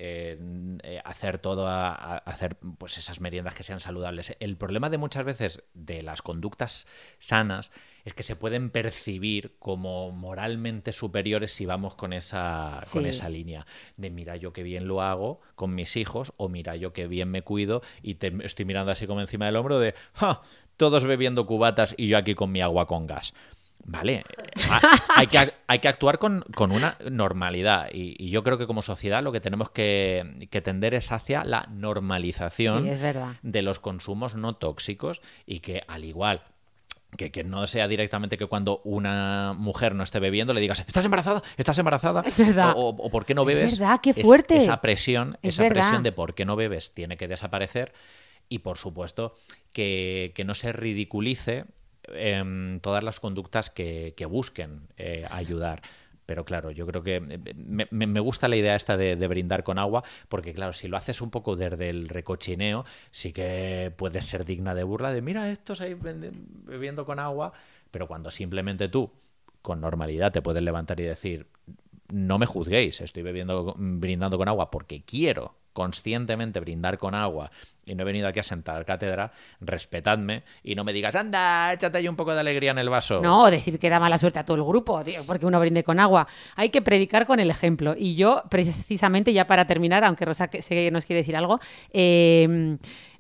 S6: hacer pues esas meriendas que sean saludables. El problema de muchas veces de las conductas sanas es que se pueden percibir como moralmente superiores si vamos con esa línea de mira yo qué bien lo hago con mis hijos o mira yo qué bien me cuido y te estoy mirando así como encima del hombro de todos bebiendo cubatas y yo aquí con mi agua con gas. Vale, hay que actuar con una normalidad y yo creo que como sociedad lo que tenemos que tender es hacia la normalización de los consumos no tóxicos y que al igual que no sea directamente que cuando una mujer no esté bebiendo le digas ¿estás embarazada?
S4: Es verdad.
S6: O ¿por qué no bebes?
S4: Es verdad, qué fuerte.
S6: Esa presión de por qué no bebes tiene que desaparecer y por supuesto que no se ridiculice todas las conductas que busquen ayudar. Pero claro, yo creo que me gusta la idea esta de brindar con agua, porque claro, si lo haces un poco desde el recochineo, sí que puede ser digna de burla, de mira, estos ahí bebiendo con agua, pero cuando simplemente tú, con normalidad, te puedes levantar y decir, no me juzguéis, estoy brindando con agua porque quiero conscientemente brindar con agua y no he venido aquí a sentar cátedra, respetadme y no me digas, anda, échate ahí un poco de alegría en el vaso.
S4: No, decir que da mala suerte a todo el grupo, tío, porque uno brinde con agua. Hay que predicar con el ejemplo. Y yo, precisamente, ya para terminar, aunque Rosa sé que nos quiere decir algo,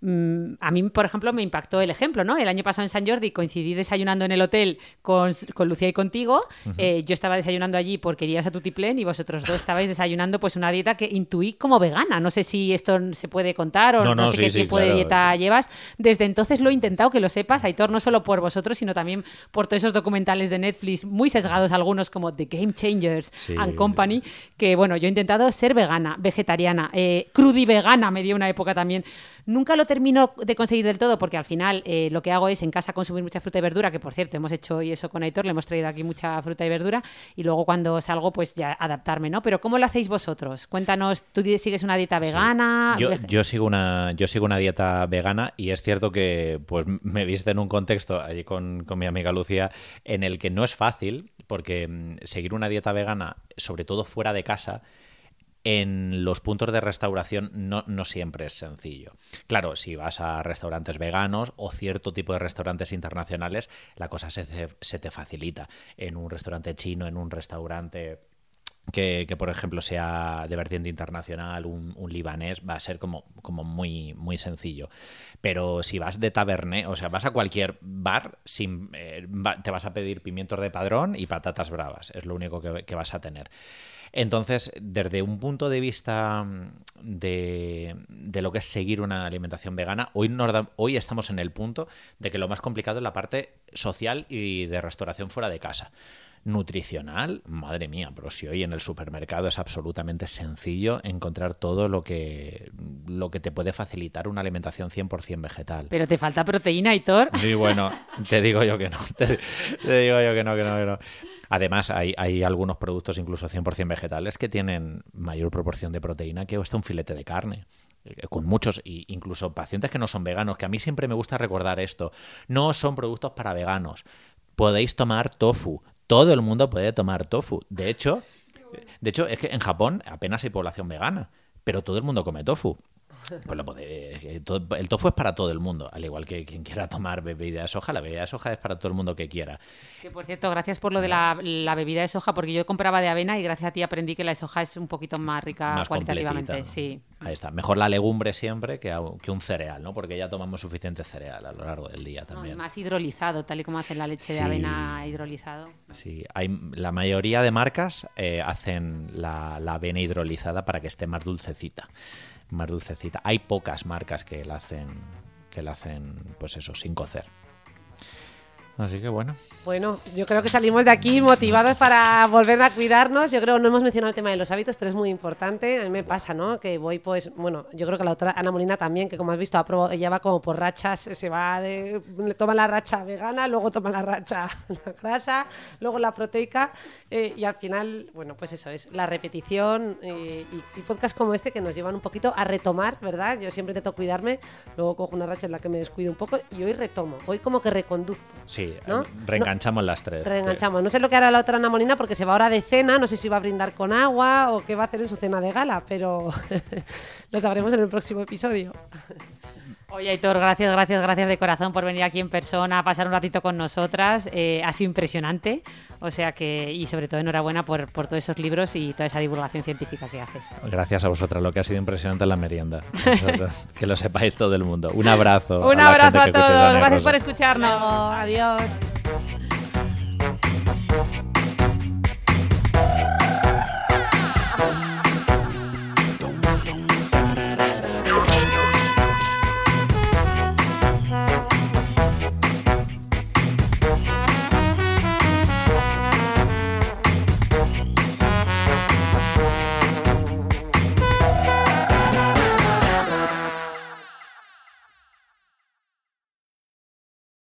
S4: A mí, por ejemplo, me impactó el ejemplo, ¿no? El año pasado en San Jordi coincidí desayunando en el hotel con Lucía y contigo. Yo estaba desayunando allí porque irías a Tutiplén y vosotros dos estabais desayunando pues una dieta que intuí como vegana. No sé si esto se puede contar o no sé qué tipo de dieta llevas. Desde entonces lo he intentado, que lo sepas, Aitor, no solo por vosotros, sino también por todos esos documentales de Netflix, muy sesgados algunos como The Game Changers and Company, que bueno, yo he intentado ser vegana, vegetariana, crudivegana me dio una época también. Nunca lo termino de conseguir del todo porque al final lo que hago es en casa consumir mucha fruta y verdura, que por cierto hemos hecho hoy eso con Aitor, le hemos traído aquí mucha fruta y verdura, y luego cuando salgo pues ya adaptarme, ¿no? Pero ¿cómo lo hacéis vosotros? Cuéntanos, ¿tú sigues una dieta vegana?
S6: Yo sigo una dieta vegana y es cierto que pues me viste en un contexto allí con mi amiga Lucía en el que no es fácil porque seguir una dieta vegana, sobre todo fuera de casa, en los puntos de restauración no siempre es sencillo. Claro, si vas a restaurantes veganos o cierto tipo de restaurantes internacionales, la cosa se te facilita. En un restaurante chino, en un restaurante que por ejemplo sea de vertiente internacional, un libanés, va a ser como muy, muy sencillo. Pero si vas de taberné, o sea, vas a cualquier bar, te vas a pedir pimientos de padrón y patatas bravas. Es lo único que vas a tener. Entonces, desde un punto de vista de lo que es seguir una alimentación vegana, hoy estamos en el punto de que lo más complicado es la parte social y de restauración fuera de casa. Nutricional, madre mía, pero si hoy en el supermercado es absolutamente sencillo encontrar todo lo que te puede facilitar una alimentación 100% vegetal.
S4: Pero te falta proteína, Aitor.
S6: Sí, bueno, te digo yo que no. Te digo yo que no. Además, hay algunos productos incluso 100% vegetales que tienen mayor proporción de proteína que hasta un filete de carne. Con muchos, incluso pacientes que no son veganos, que a mí siempre me gusta recordar esto. No son productos para veganos. Podéis tomar tofu. Todo el mundo puede tomar tofu. De hecho, es que en Japón apenas hay población vegana, pero todo el mundo come tofu. Pues el tofu es para todo el mundo, al igual que quien quiera tomar bebida de soja. La bebida de soja es para todo el mundo que quiera.
S4: Que por cierto, gracias por lo de la bebida de soja, porque yo compraba de avena y gracias a ti aprendí que la de soja es un poquito más rica más cualitativamente.
S6: Completita.
S4: Sí.
S6: Ahí está. Mejor la legumbre siempre que un cereal, ¿no? Porque ya tomamos suficiente cereal a lo largo del día también.
S4: Más hidrolizado, tal y como hacen la leche de avena hidrolizado.
S6: Sí, la mayoría de marcas hacen la avena hidrolizada para que esté más dulcecita. Hay pocas marcas que la hacen pues eso, sin cocer. Así que bueno.
S5: Bueno, yo creo que salimos de aquí motivados para volver a cuidarnos. Yo creo que no hemos mencionado el tema de los hábitos, pero es muy importante. A mí me pasa, ¿no? Que voy, pues, bueno, yo creo que la otra Ana Molina también, que como has visto, ella va como por rachas, le toma la racha vegana, luego toma la racha la grasa, luego la proteica, y al final, bueno, pues eso es la repetición y podcasts como este que nos llevan un poquito a retomar, ¿verdad? Yo siempre intento cuidarme, luego cojo una racha en la que me descuido un poco y hoy retomo, hoy como que reconduzco.
S6: Sí, ¿no? Reenganchamos las tres.
S5: Reenganchamos. No sé lo que hará la otra Ana Molina porque se va ahora de cena, no sé si va a brindar con agua o qué va a hacer en su cena de gala, pero lo sabremos en el próximo episodio.
S4: Oye, Aitor, gracias de corazón por venir aquí en persona a pasar un ratito con nosotras. Ha sido impresionante, o sea que, y sobre todo enhorabuena por todos esos libros y toda esa divulgación científica que haces.
S6: Gracias a vosotras, lo que ha sido impresionante es la merienda. Que lo sepáis todo el mundo. Un abrazo.
S4: Un abrazo a todos, gracias por escucharnos.
S5: Adiós.